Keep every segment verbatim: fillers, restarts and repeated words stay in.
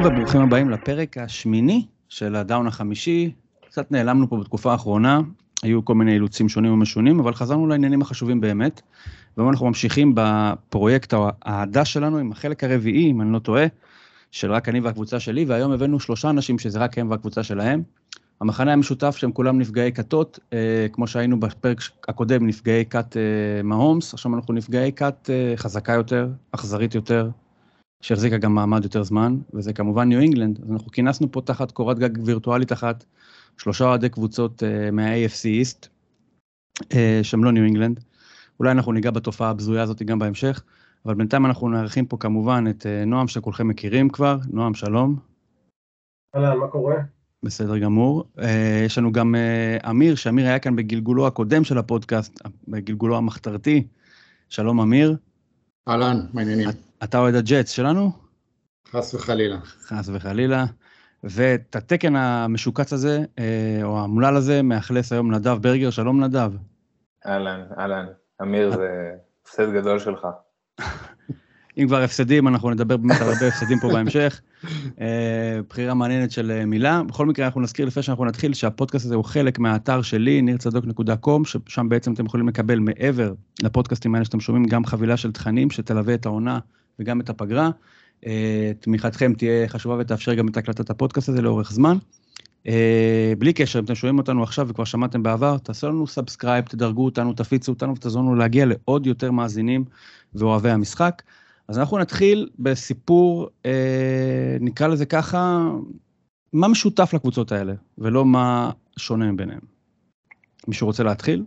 וברוכים הבאים לפרק השמיני של הדאון החמישי. קצת נעלמנו פה בתקופה האחרונה, היו כל מיני אילוצים שונים ומשונים, אבל חזרנו לעניינים החשובים באמת, והיום אנחנו ממשיכים בפרויקט העדה שלנו עם החלק הרביעי, אם אני לא טועה, של רק אני והקבוצה שלי, והיום הבאנו שלושה אנשים שזה רק הם והקבוצה שלהם. המחנה המשותף שהם כולם נפגעי כתות, אה, כמו שהיינו בפרק הקודם נפגעי כת אה, מהומס, עכשיו אנחנו נפגעי כת אה, חזקה יותר, אכזרית יותר, שהחזיקה גם מעמד יותר זמן, וזה כמובן ניו אינגלנד. אז אנחנו כינסנו פה תחת קורת גג וירטואלית אחת, שלושה אוהדי קבוצות uh, מה-איי אף סי East, uh, שהם לא ניו אינגלנד. אולי אנחנו ניגע בתופעה הבזויה הזאת גם בהמשך, אבל בינתיים אנחנו נערכים פה כמובן את uh, נועם שכולכם מכירים כבר. נועם, שלום. הלאה, מה קורה? בסדר גמור. Uh, יש לנו גם uh, אמיר, שאמיר היה כאן בגלגולו הקודם של הפודקאסט, בגלגולו המחתרתי. שלום אמיר. אהלן, מעניינים. אתה אוהד הג'אטס שלנו? חס וחלילה. חס וחלילה. ואת התקן המשוקץ הזה, או המולל הזה, מאכלס היום נדב ברגר. שלום נדב. אהלן, אהלן. אמיר, זה הפסד גדול שלך. אם כבר הפסדים, אנחנו נדבר באמת על הרבה הפסדים פה בהמשך. בחירה מעניינת של מילה. בכל מקרה, אנחנו נזכיר לפני שאנחנו נתחיל, שהפודקאסט הזה הוא חלק מהאתר שלי, ניר צדוק נקודה קום, ששם בעצם אתם יכולים לקבל מעבר לפודקאסטים האלה שאתם שומעים, גם חבילה של תכנים שתלווה את העונה וגם את הפגרה. תמיכתכם תהיה חשובה ותאפשר גם את הקלטת הפודקאסט הזה לאורך זמן. בלי קשר, אם אתם שומעים אותנו עכשיו וכבר שמעתם בעבר, תעשו לנו סאבסקרייב, תדרגו אותנו, תפיצו אותנו ותעזרו לנו להגיע לעוד יותר מאזינים ואוהבי המשחק. אז אנחנו נתחיל בסיפור, נקרא לזה ככה, מה משותף לקבוצות האלה, ולא מה שונה ביניהם. מישהו רוצה להתחיל?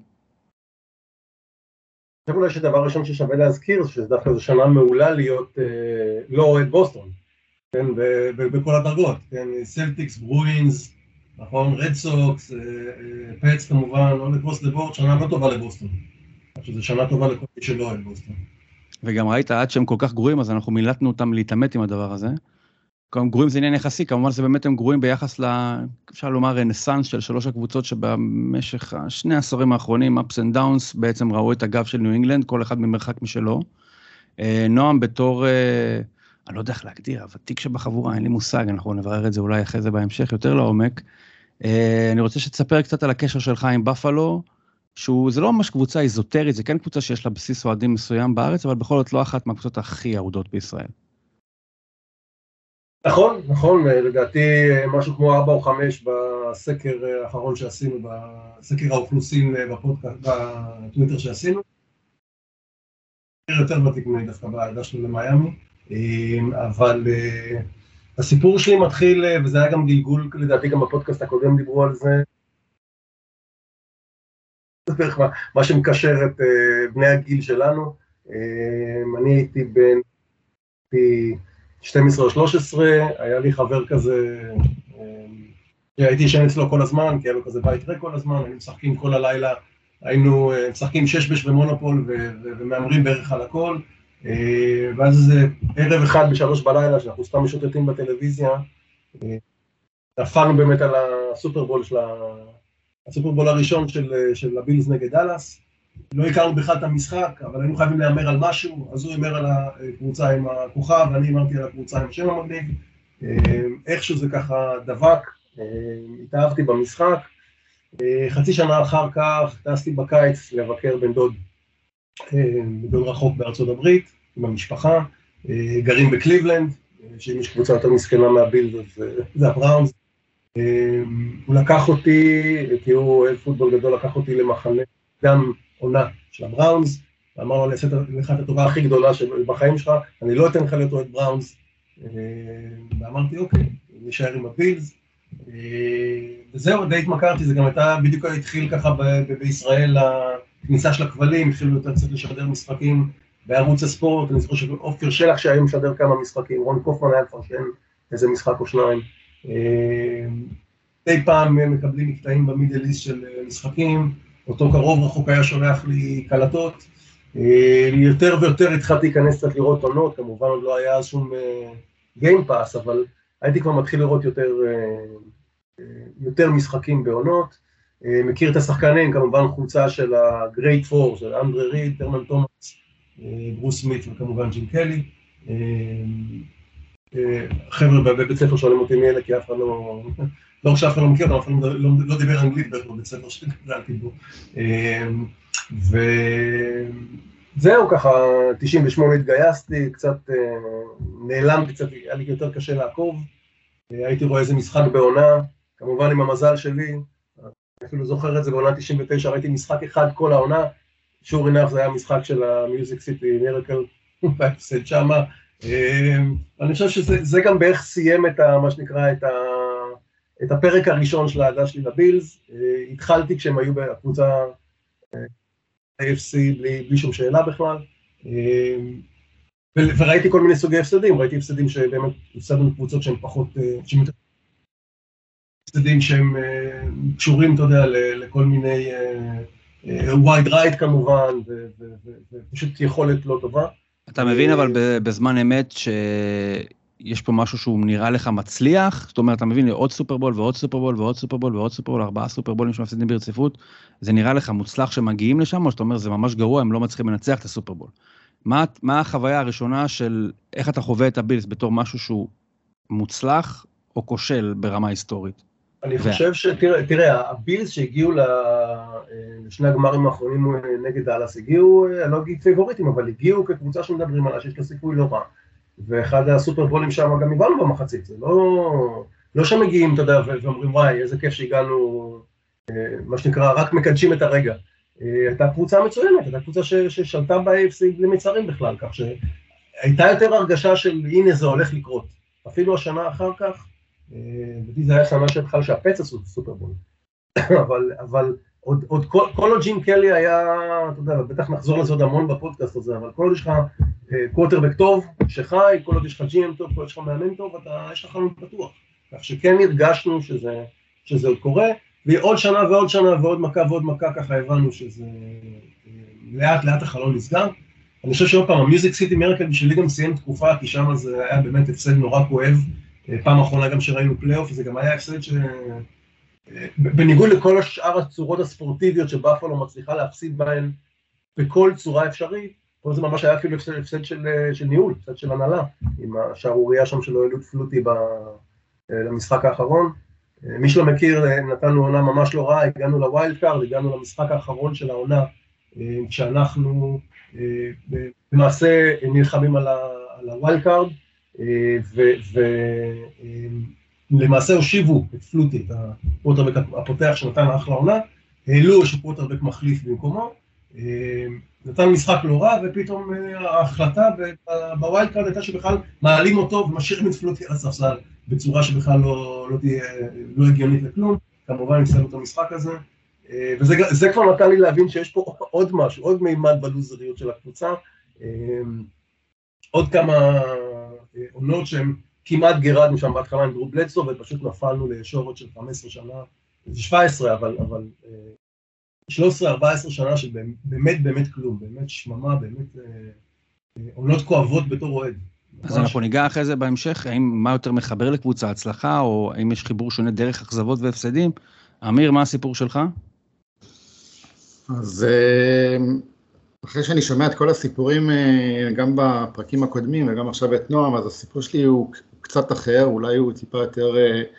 אני חושב אולי שדבר ראשון ששווה להזכיר, שזה דווקא זו שנה מעולה להיות אה, לא אוהד בוסטון, כן, בכל הדרגות, כן, סלטיקס, ברווינס, נכון, רד סוקס, אה, אה, פטס כמובן, לא לקרוס לבורד, שנה לא טובה לבוסטון. זו שנה טובה לכל מי שלא אוהד בוסטון. וגם ראית עד שהם כל כך גרועים, אז אנחנו מילתנו אותם להתאמת עם הדבר הזה. גרועים זה עניין יחסי, כמובן זה באמת הם גרועים ביחס ל... אפשר לומר רנסנס של שלוש הקבוצות שבמשך שני העשורים האחרונים, ups and downs, בעצם ראו את הגב של ניו אינגלנד, כל אחד ממרחק משלו. נועם בתור, אני לא יודע איך להגדיר, הוותיק שבחבורה, אין לי מושג, אנחנו נברר את זה אולי אחרי זה בהמשך, יותר לעומק. אני רוצה שתספר קצת על הקשר שלך עם בפלו, שהוא, זה לא ממש קבוצה איזוטרית, זה כן קבוצה שיש לה בסיס אוהדים מסוים בארץ, אבל בכל זאת לא אחת מהקבוצות הכי אהודות בישראל. נכון, נכון, לדעתי משהו כמו ארבע או חמש בסקר האחרון שעשינו, בסקר האוכלוסין בפודקאסט, בטוויטר שעשינו. יותר ותיק ממני דווקא בעדה שלנו למיימי, אבל הסיפור שלי מתחיל, וזה היה גם גלגול, לדעתי גם בפודקאסט הקודם דיברו על זה, מה שמקשר את בני הגיל שלנו. אני הייתי בין שתים עשרה או שלוש עשרה, היה לי חבר כזה, הייתי ישן אצלו כל הזמן, כי היה לו כזה בית ריק כל הזמן, היינו משחקים כל הלילה, היינו משחקים שש-בש ומונופול ומאמרים בערך על הכל, ואז איזה ערב אחד בשלוש בלילה, שאנחנו סתם משוטטים בטלוויזיה, נפלנו באמת על הסופרבול של הסופרבול הראשון של, של הבילס נגד דאלאס. לא הכרנו בכלל את המשחק, אבל היינו חייבים להאמר על משהו, אז הוא אמר על הקבוצה עם הכוכב, ואני אמרתי על הקבוצה עם השם המגניב. איכשהו זה ככה דבק, התאהבתי במשחק. חצי שנה אחר כך טסתי בקיץ לבקר בן דוד, בן דוד רחוק בארצות הברית, עם המשפחה, גרים בקליבלנד, שאם יש קבוצה יותר מסכנה מהבילס, זה הבראונס. הוא לקח אותי, כי הוא אוהד פוטבול גדול, לקח אותי למחנה, גם עונה של הבראונס, ואמר לו, אני אעשה לך את הטובה הכי גדולה בחיים שלך, אני לא אתן לך להיות אוהד בראונס, ואמרתי, אוקיי, נשאר עם הבילס, וזהו, די התמכרתי, זה גם הייתה, בדיוק התחיל ככה בישראל, הכניסה של הכבלים, התחילו יותר קצת לשדר משחקים בערוץ הספורט, אני זוכר שאופיר שלח שהיום משדר כמה משחקים, רוני קופמן היה לפרשן איזה משחק או שניים, די פעם מקבלים מקטעים במידל איסט של משחקים, אותו קרוב רחוק היה שולח לי קלטות, יותר ויותר התחלתי להיכנס קצת לראות עונות, כמובן עוד לא היה שום גיימפאס, אבל הייתי כבר מתחיל לראות יותר, יותר משחקים בעונות, מכיר את השחקנים, כמובן חולצה של הגרייט פור, של אנדרי ריד, טרמן תומאס, ברוס סמית וכמובן ג'ים קלי, חבר'ה בבית ספר שואלים אותי מי אלה, כי אף אחד לא, לא שאף אחד לא מכיר, אף אחד לא, לא דיבר אנגלית בבית ספר שגדלתי בו. וזהו ככה, תשעים ושמונה התגייסתי, קצת נעלמתי, קצת היה לי יותר קשה לעקוב, הייתי רואה איזה משחק בעונה, כמובן עם המזל שלי, אפילו זוכר את זה בעונה תשעים ותשע, ראיתי משחק אחד כל העונה, שור אינף זה היה משחק של המיוזיק סיטי מירקל, בהפסד שמה, אני חושב שזה גם בערך סיים את ה, מה שנקרא, את, ה, את הפרק הראשון של העדה שלי לבילס, התחלתי כשהם היו בקבוצה איי אף סי בלי, בלי שום שאלה בכלל, וראיתי כל מיני סוגי הפסדים, ראיתי הפסדים שבאמת הפסדנו קבוצות שהן פחות, הפסדים שהם קשורים, אתה יודע, לכל מיני wide right כמובן, ופשוט יכולת לא טובה. אתה מבין אבל בזמן אמת שיש פה משהו שהוא נראה לך מצליח, זאת אומרת, אתה מבין לי עוד סופרבול ועוד סופרבול ועוד סופרבול ועוד סופרבול, ארבעה סופרבולים שמפסידים ברציפות, זה נראה לך מוצלח שמגיעים לשם, או שאתה אומר, זה ממש גרוע, הם לא מצליחים לנצח את הסופרבול. מה, מה החוויה הראשונה של איך אתה חווה את הבילס בתור משהו שהוא מוצלח או כושל ברמה היסטורית? אני חושב שתראה, תראה, הבילס שהגיעו לשני הגמרים האחרונים נגד דאלאס, הגיעו, אני לא אגיד פייבוריטים, אבל הגיעו כקבוצה שמדברים עליה, שיש לה סיכוי לא רע. ואחד הסופרבולים שם גם הבנו במחצית, זה לא, לא שמגיעים, אתה יודע, ואומרים, וואי, איזה כיף שהגענו, מה שנקרא, רק מקדשים את הרגע. הייתה קבוצה מצוינת, הייתה קבוצה ששלטה ב-איי אף סי בלי מצרים בכלל, כך שהייתה יותר הרגשה של הנה זה הולך לקרות. אפילו השנה אחר כך, בדי זה היה שנה שבכלל שהפץ עשו סופרבול. אבל, אבל עוד, עוד כל, כל עוד ג'ים קלי היה, אתה יודע, בטח נחזור לזה עוד המון בפודקאסט הזה, אבל כל עוד יש לך קווטרבק טוב שחי, כל עוד יש לך ג'י אם טוב, כל עוד יש לך מאמן טוב, אתה, יש לך חלון פתוח. כך שכן הרגשנו שזה, שזה עוד קורה, ועוד שנה ועוד שנה ועוד מכה ועוד מכה, ככה הבנו שזה לאט לאט החלון נסגר. אני חושב שעוד פעם, המיוזיק סיטי מירקל בשבילי גם סיים תקופה, כי שם זה היה באמת הפסד נורא כואב, פעם האחרונה גם שראינו פלייאוף, וזה גם היה הפסד ש... בניגוד לכל השאר הצורות הספורטיביות שבאפלו מצליחה להפסיד בהן בכל צורה אפשרית, פה זה ממש היה אפילו הפסד של, של ניהול, הפסד של הנהלה, עם השערוריה שם שלא העלו פלוטי ב... למשחק האחרון. מי שלא מכיר, נתנו עונה ממש לא רעה, הגענו לווילד קארד, הגענו למשחק האחרון של העונה, כשאנחנו למעשה נלחמים על הווילד קארד, ולמעשה הושיבו את פלוטי, את הפוטרבק הפותח שנתן אחלה עונה, העלו שפוטרבק מחליף במקומו, נתן משחק לא רע, ופתאום ההחלטה בווילד קארד הייתה שבכלל מעלים אותו ומשאירים את פלוטי על הספסל, בצורה שבכלל לא, לא תהיה, לא הגיונית לכלום, כמובן הפסדנו את המשחק הזה, וזה כבר נתן לי להבין שיש פה עוד משהו, עוד מימד בלוזריות של הקבוצה, עוד כמה עונות שהן כמעט גירדנו שם בהתחלה עם דרו בלדסו, ופשוט נפלנו לשורות של חמש עשרה שנה, זה שבע עשרה, אבל, אבל שלוש עשרה ארבע עשרה שנה של באמת באמת כלום, באמת שממה, באמת עונות כואבות בתור אוהד. אז אנחנו ניגע אחרי זה בהמשך, האם מה יותר מחבר לקבוצה הצלחה, או האם יש חיבור שונה דרך אכזבות והפסדים? אמיר, מה הסיפור שלך? אז אחרי שאני שומע את כל הסיפורים, גם בפרקים הקודמים וגם עכשיו את נועם, אז הסיפור שלי הוא קצת אחר, אולי הוא טיפה יותר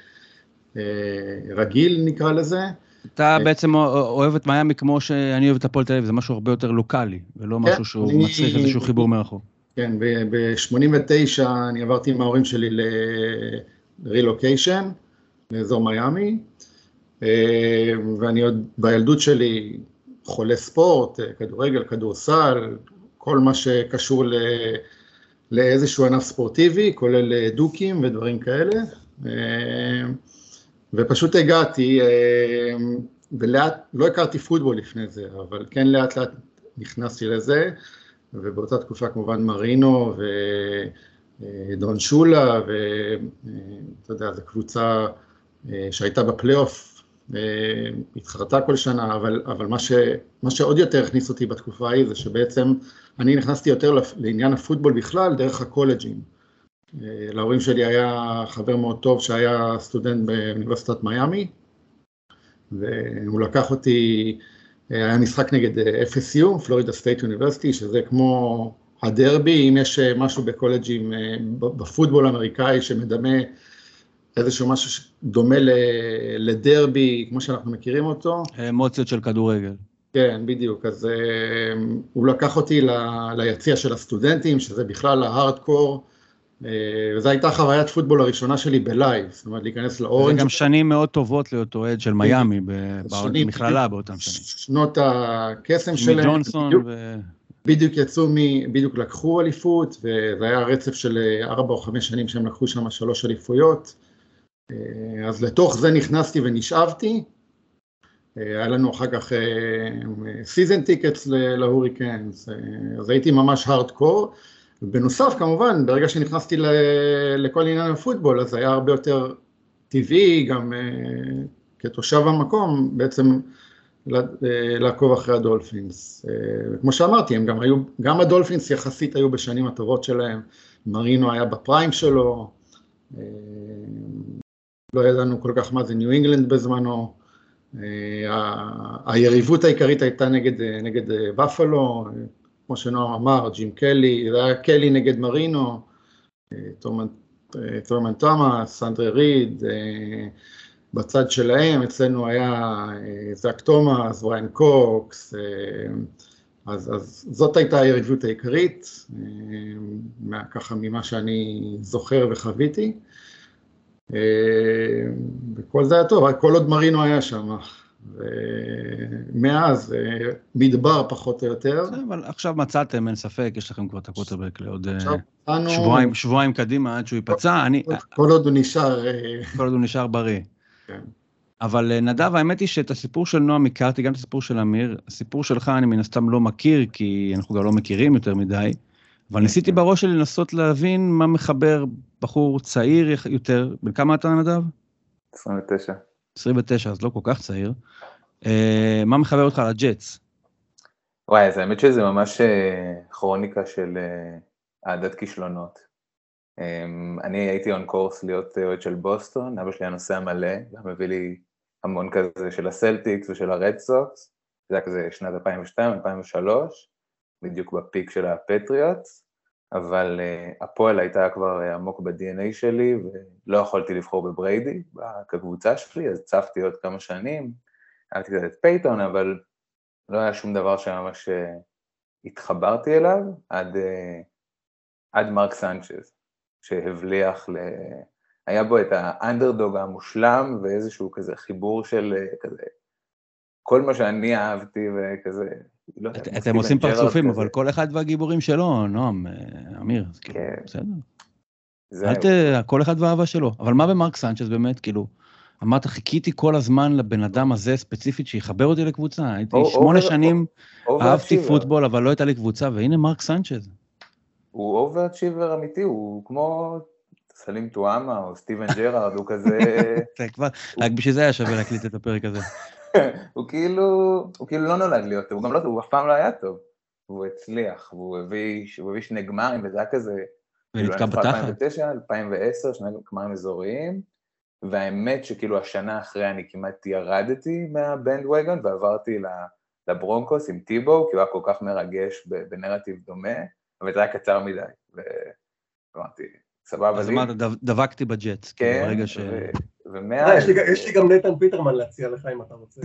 רגיל נקרא לזה. אתה בעצם אוהב את מיאמי כמו שאני אוהב את הפועל תל אביב, זה משהו הרבה יותר לוקלי, ולא משהו שהוא מצריך איזשהו חיבור מרחוק. כן, ב-שמונים ותשע אני עברתי עם ההורים שלי ל-relocation, לאזור מיאמי, ואני עוד בילדות שלי חולה ספורט, כדורגל, כדורסל, כל מה שקשור לאיזשהו ענף ספורטיבי, כולל דוקים ודברים כאלה, ופשוט הגעתי, ולאט, לא הכרתי פוטבול לפני זה, אבל כן לאט לאט נכנסתי לזה, ובאותה תקופה כמובן מרינו ודון שולה, ואתה יודע, זו קבוצה שהייתה בפלייאוף, התחרתה כל שנה, אבל, אבל מה, ש, מה שעוד יותר הכניס אותי בתקופה ההיא, זה שבעצם אני נכנסתי יותר לעניין הפוטבול בכלל, דרך הקולג'ים. להורים שלי היה חבר מאוד טוב שהיה סטודנט באוניברסיטת מיאמי, והוא לקח אותי, היה משחק נגד אף אס יו, פלורידה סטייט אוניברסיטי, שזה כמו הדרבי, אם יש משהו בקולג'ים, בפוטבול האמריקאי שמדמה איזשהו משהו שדומה לדרבי, כמו שאנחנו מכירים אותו. אמוציות של כדורגל. כן, בדיוק. אז הוא לקח אותי ליציע של הסטודנטים, שזה בכלל ההארדקור, וזו הייתה חוויית פוטבול הראשונה שלי בלייב, זאת אומרת, להיכנס לאורנג'. זה גם שנים מאוד טובות להיות אוהד של מיאמי, במכללה באותם שנים. שנות הקסם שלהם. מג'ונסון ו... בדיוק יצאו, בדיוק לקחו אליפות, וזה היה רצף של ארבע או חמש שנים שהם לקחו שם שלוש אליפויות. אז לתוך זה נכנסתי ונשאבתי. היה לנו אחר כך סיזן טיקטס להוריקנס, אז הייתי ממש הארדקור. ובנוסף, כמובן, ברגע שנכנסתי לכל עניין הפוטבול, אז היה הרבה יותר טבעי, גם כתושב המקום, בעצם לעקוב אחרי הדולפינס. כמו שאמרתי, הם גם היו, גם הדולפינס יחסית היו בשנים הטובות שלהם, מרינו היה בפריים שלו, לא ידענו כל כך מה זה ניו אינגלנד בזמנו, היריבות העיקרית הייתה נגד, נגד בפלו, כמו שנועם אמר, ג'ים קלי, זה היה קלי נגד מרינו, תורמן תומאס, סנדרי ריד, בצד שלהם, אצלנו היה זק תומאס, בריין קוקס, אז, אז זאת הייתה היריבות העיקרית, ככה ממה שאני זוכר וחוויתי, וכל זה היה טוב, כל עוד מרינו היה שם, ומאז מדבר פחות או יותר. אבל עכשיו מצאתם, אין ספק, יש לכם כבר את הקווטרבק לעוד שבועיים, שבועיים קדימה עד שהוא ייפצע. כל עוד הוא נשאר... כל עוד הוא נשאר בריא. אבל נדב, האמת היא שאת הסיפור של נועם הכרתי, גם את הסיפור של אמיר, הסיפור שלך אני מן הסתם לא מכיר, כי אנחנו גם לא מכירים יותר מדי, אבל ניסיתי בראש שלי לנסות להבין מה מחבר בחור צעיר יותר, בין כמה אתה נדב? עשרים ותשע. עשרים ותשע, אז לא כל כך צעיר. מה מחבר אותך לג'טס? וואי, אז האמת שזה ממש כרוניקה של אהדת כישלונות. אני הייתי on course להיות אוהד של בוסטון, אבא שלי היה נוסע מלא, גם מביא לי המון כזה של הסלטיקס ושל הרד סוקס, זה היה כזה שנת אלפיים ושתיים אלפיים ושלוש, בדיוק בפיק של הפטריוטס, אבל uh, הפועל הייתה כבר עמוק ב-די אן איי שלי, ולא יכולתי לבחור בבריידי, כקבוצה שלי, אז צפתי עוד כמה שנים, אהבתי קצת את פייטון, אבל לא היה שום דבר שממש uh, התחברתי אליו, עד, uh, עד מרק סנצ'ז, שהבליח ל... היה בו את האנדרדוג המושלם, ואיזשהו כזה חיבור של uh, כזה, כל מה שאני אהבתי וכזה, לא יודע, אתם עושים פרצופים, אבל כל אחד והגיבורים שלו, נועם, אמיר, בסדר. אל ת... כל אחד והאהבה שלו. אבל מה במרק סנצ'ז באמת, כאילו, אמרת, חיכיתי כל הזמן לבן אדם הזה ספציפית, שיחבר אותי לקבוצה. הייתי שמונה שנים, אהבתי פוטבול, אבל לא הייתה לי קבוצה, והנה מרק סנצ'ז. הוא אוברצ'יבר אמיתי, הוא כמו סלים טואמה, או סטיבן ג'רארד, הוא כזה... רק בשביל זה היה שווה להקליט את הפרק הזה. הוא כאילו, הוא כאילו לא נולד להיות טוב, הוא גם לא, הוא אף פעם לא היה טוב, והוא הצליח, והוא הביא, הוא הביא שני גמרים, וזה היה כזה, ונתקע בתחת. אלפיים ותשע, אלפיים ועשר, שני גמרים אזוריים, והאמת שכאילו השנה אחרי אני כמעט ירדתי מהבנדווגון, ועברתי לברונקוס עם טיבו, כי הוא היה כל כך מרגש בנרטיב דומה, אבל זה היה קצר מדי, ואמרתי, סבבה. אז אמרת, דבקתי בג'טס, כן, ברגע ש... ומאז... יש לי גם נתן פיטרמן להציע לך אם אתה רוצה.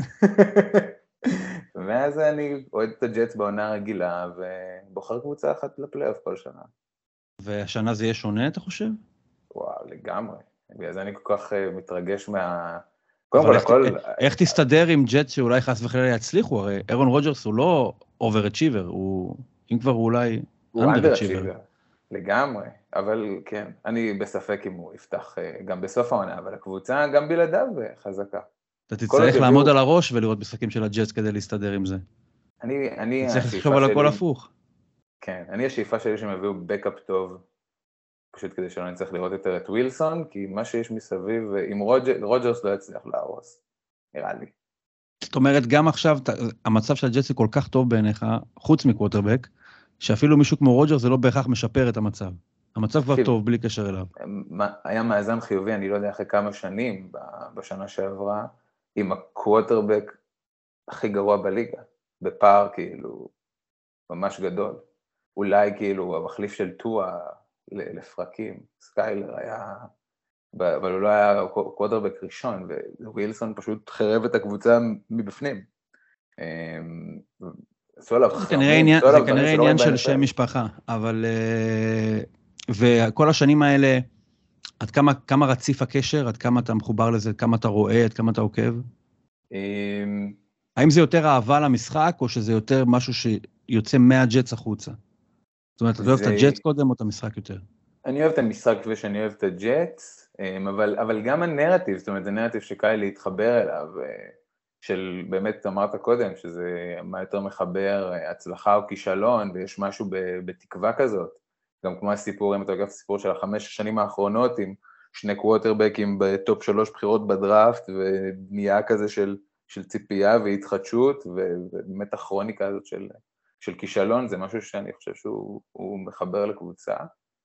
ומאז אני אוהד את הג'טס בעונה רגילה, ובוחר קבוצה אחת לפלייאוף כל שנה. והשנה זה יהיה שונה, אתה חושב? וואו, לגמרי. בגלל זה אני כל כך מתרגש מה... קודם כל, הכל... איך תסתדר עם ג'טס שאולי חס וחלילה יצליחו? הרי אירון רוג'רס הוא לא אובר-אצ'יבר, הוא... אם כבר הוא אולי אנדר-אצ'יבר. לגמרי, אבל כן, אני בספק אם הוא יפתח גם בסוף העונה, אבל הקבוצה גם בלעדיו חזקה. אתה תצטרך לעמוד על הראש ולראות משחקים של הג'טס כדי להסתדר עם זה. אני, אני... צריך לחשוב על הכל הפוך. כן, אני השאיפה שלי שהם הביאו בקאפ טוב, פשוט כדי שלא נצטרך לראות יותר את ווילסון, כי מה שיש מסביב, אם רוג'רס לא יצליח להרוס, נראה לי. זאת אומרת, גם עכשיו, המצב של הג'טס כל כך טוב בעיניך, חוץ מקווטרבק, שאפילו מישהו כמו רוג'רס זה לא בהכרח משפר את המצב. המצב כבר טוב, בלי קשר אליו. היה מאזן חיובי, אני לא יודע אחרי כמה שנים, בשנה שעברה, עם הקווטרבק הכי גרוע בליגה, בפער כאילו ממש גדול. אולי כאילו המחליף של טועה לפרקים, סקיילר היה, אבל הוא לא היה קוואטרבק ראשון, ווילסון פשוט חרב את הקבוצה מבפנים. זה כנראה עניין של שם משפחה, אבל, וכל השנים האלה, עד כמה, כמה רציף הקשר, עד כמה אתה מחובר לזה, עד כמה אתה רואה, עד כמה אתה עוקב? האם זה יותר אהבה למשחק, או שזה יותר משהו שיוצא מהג'טס החוצה? זאת אומרת, אתה אוהב את הג'טס קודם, או את המשחק יותר? אני אוהב את המשחק ושאני אוהב את הג'טס, אבל, אבל גם הנרטיב, זאת אומרת, זה נרטיב שקל להתחבר אליו, של באמת אמרת קודם, שזה מה יותר מחבר, הצלחה או כישלון, ויש משהו בתקווה כזאת, גם כמו הסיפור, אם אתה אוהב את הסיפור של החמש השנים האחרונות, עם שני קווטרבקים בטופ שלוש בחירות בדראפט, ובנייה כזה של, של ציפייה והתחדשות, ובאמת הכרוניקה הזאת של, של כישלון, זה משהו שאני חושב שהוא מחבר לקבוצה,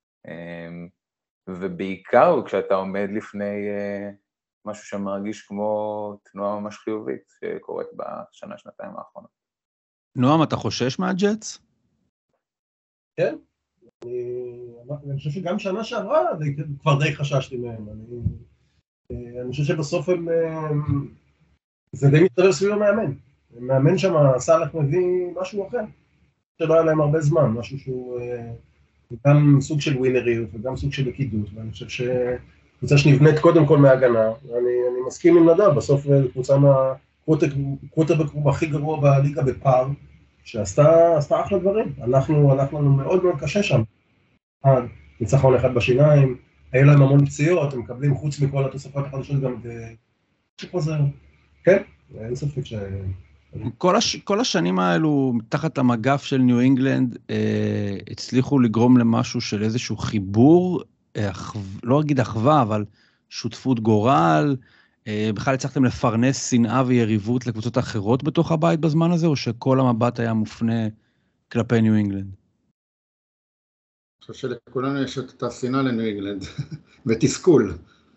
ובעיקר כשאתה עומד לפני משהו שמרגיש כמו תנועה ממש חיובית שקורית בשנה, שנתיים האחרונות. נועם, אתה חושש מהג'טס? כן, אני חושב שגם שנה שעברה כבר די חששתי מהם. אני חושב שבסוף הם, זה די מסתובב סביב המאמן. המאמן שם, סלאח מביא משהו אחר, שלא היה להם הרבה זמן, משהו שהוא גם סוג של ווינריות וגם סוג של לקידות, ואני חושב שקבוצה שנבנית קודם כל מהגנה, ואני אני מסכים עם נדב, בסוף קבוצה מהקווטרבק הכי גרוע בליגה בפאר, שעשתה אחלה דברים, אנחנו, אנחנו מאוד מאוד קשה שם, ניצחון אחד בשיניים, היה להם המון פציעות, הם מקבלים חוץ מכל התוספות החדשות גם שחוזר, כן, אין ספק ש... כל, הש... כל השנים האלו, תחת המגף של ניו אינגלנד, אה, הצליחו לגרום למשהו של איזשהו חיבור, אה, לא אגיד אחווה, אבל שותפות גורל, אה, בכלל הצלחתם לפרנס שנאה ויריבות לקבוצות אחרות בתוך הבית בזמן הזה, או שכל המבט היה מופנה כלפי ניו אינגלנד? אני חושב שלכולנו יש את השנאה לניו אינגלנד, ותסכול.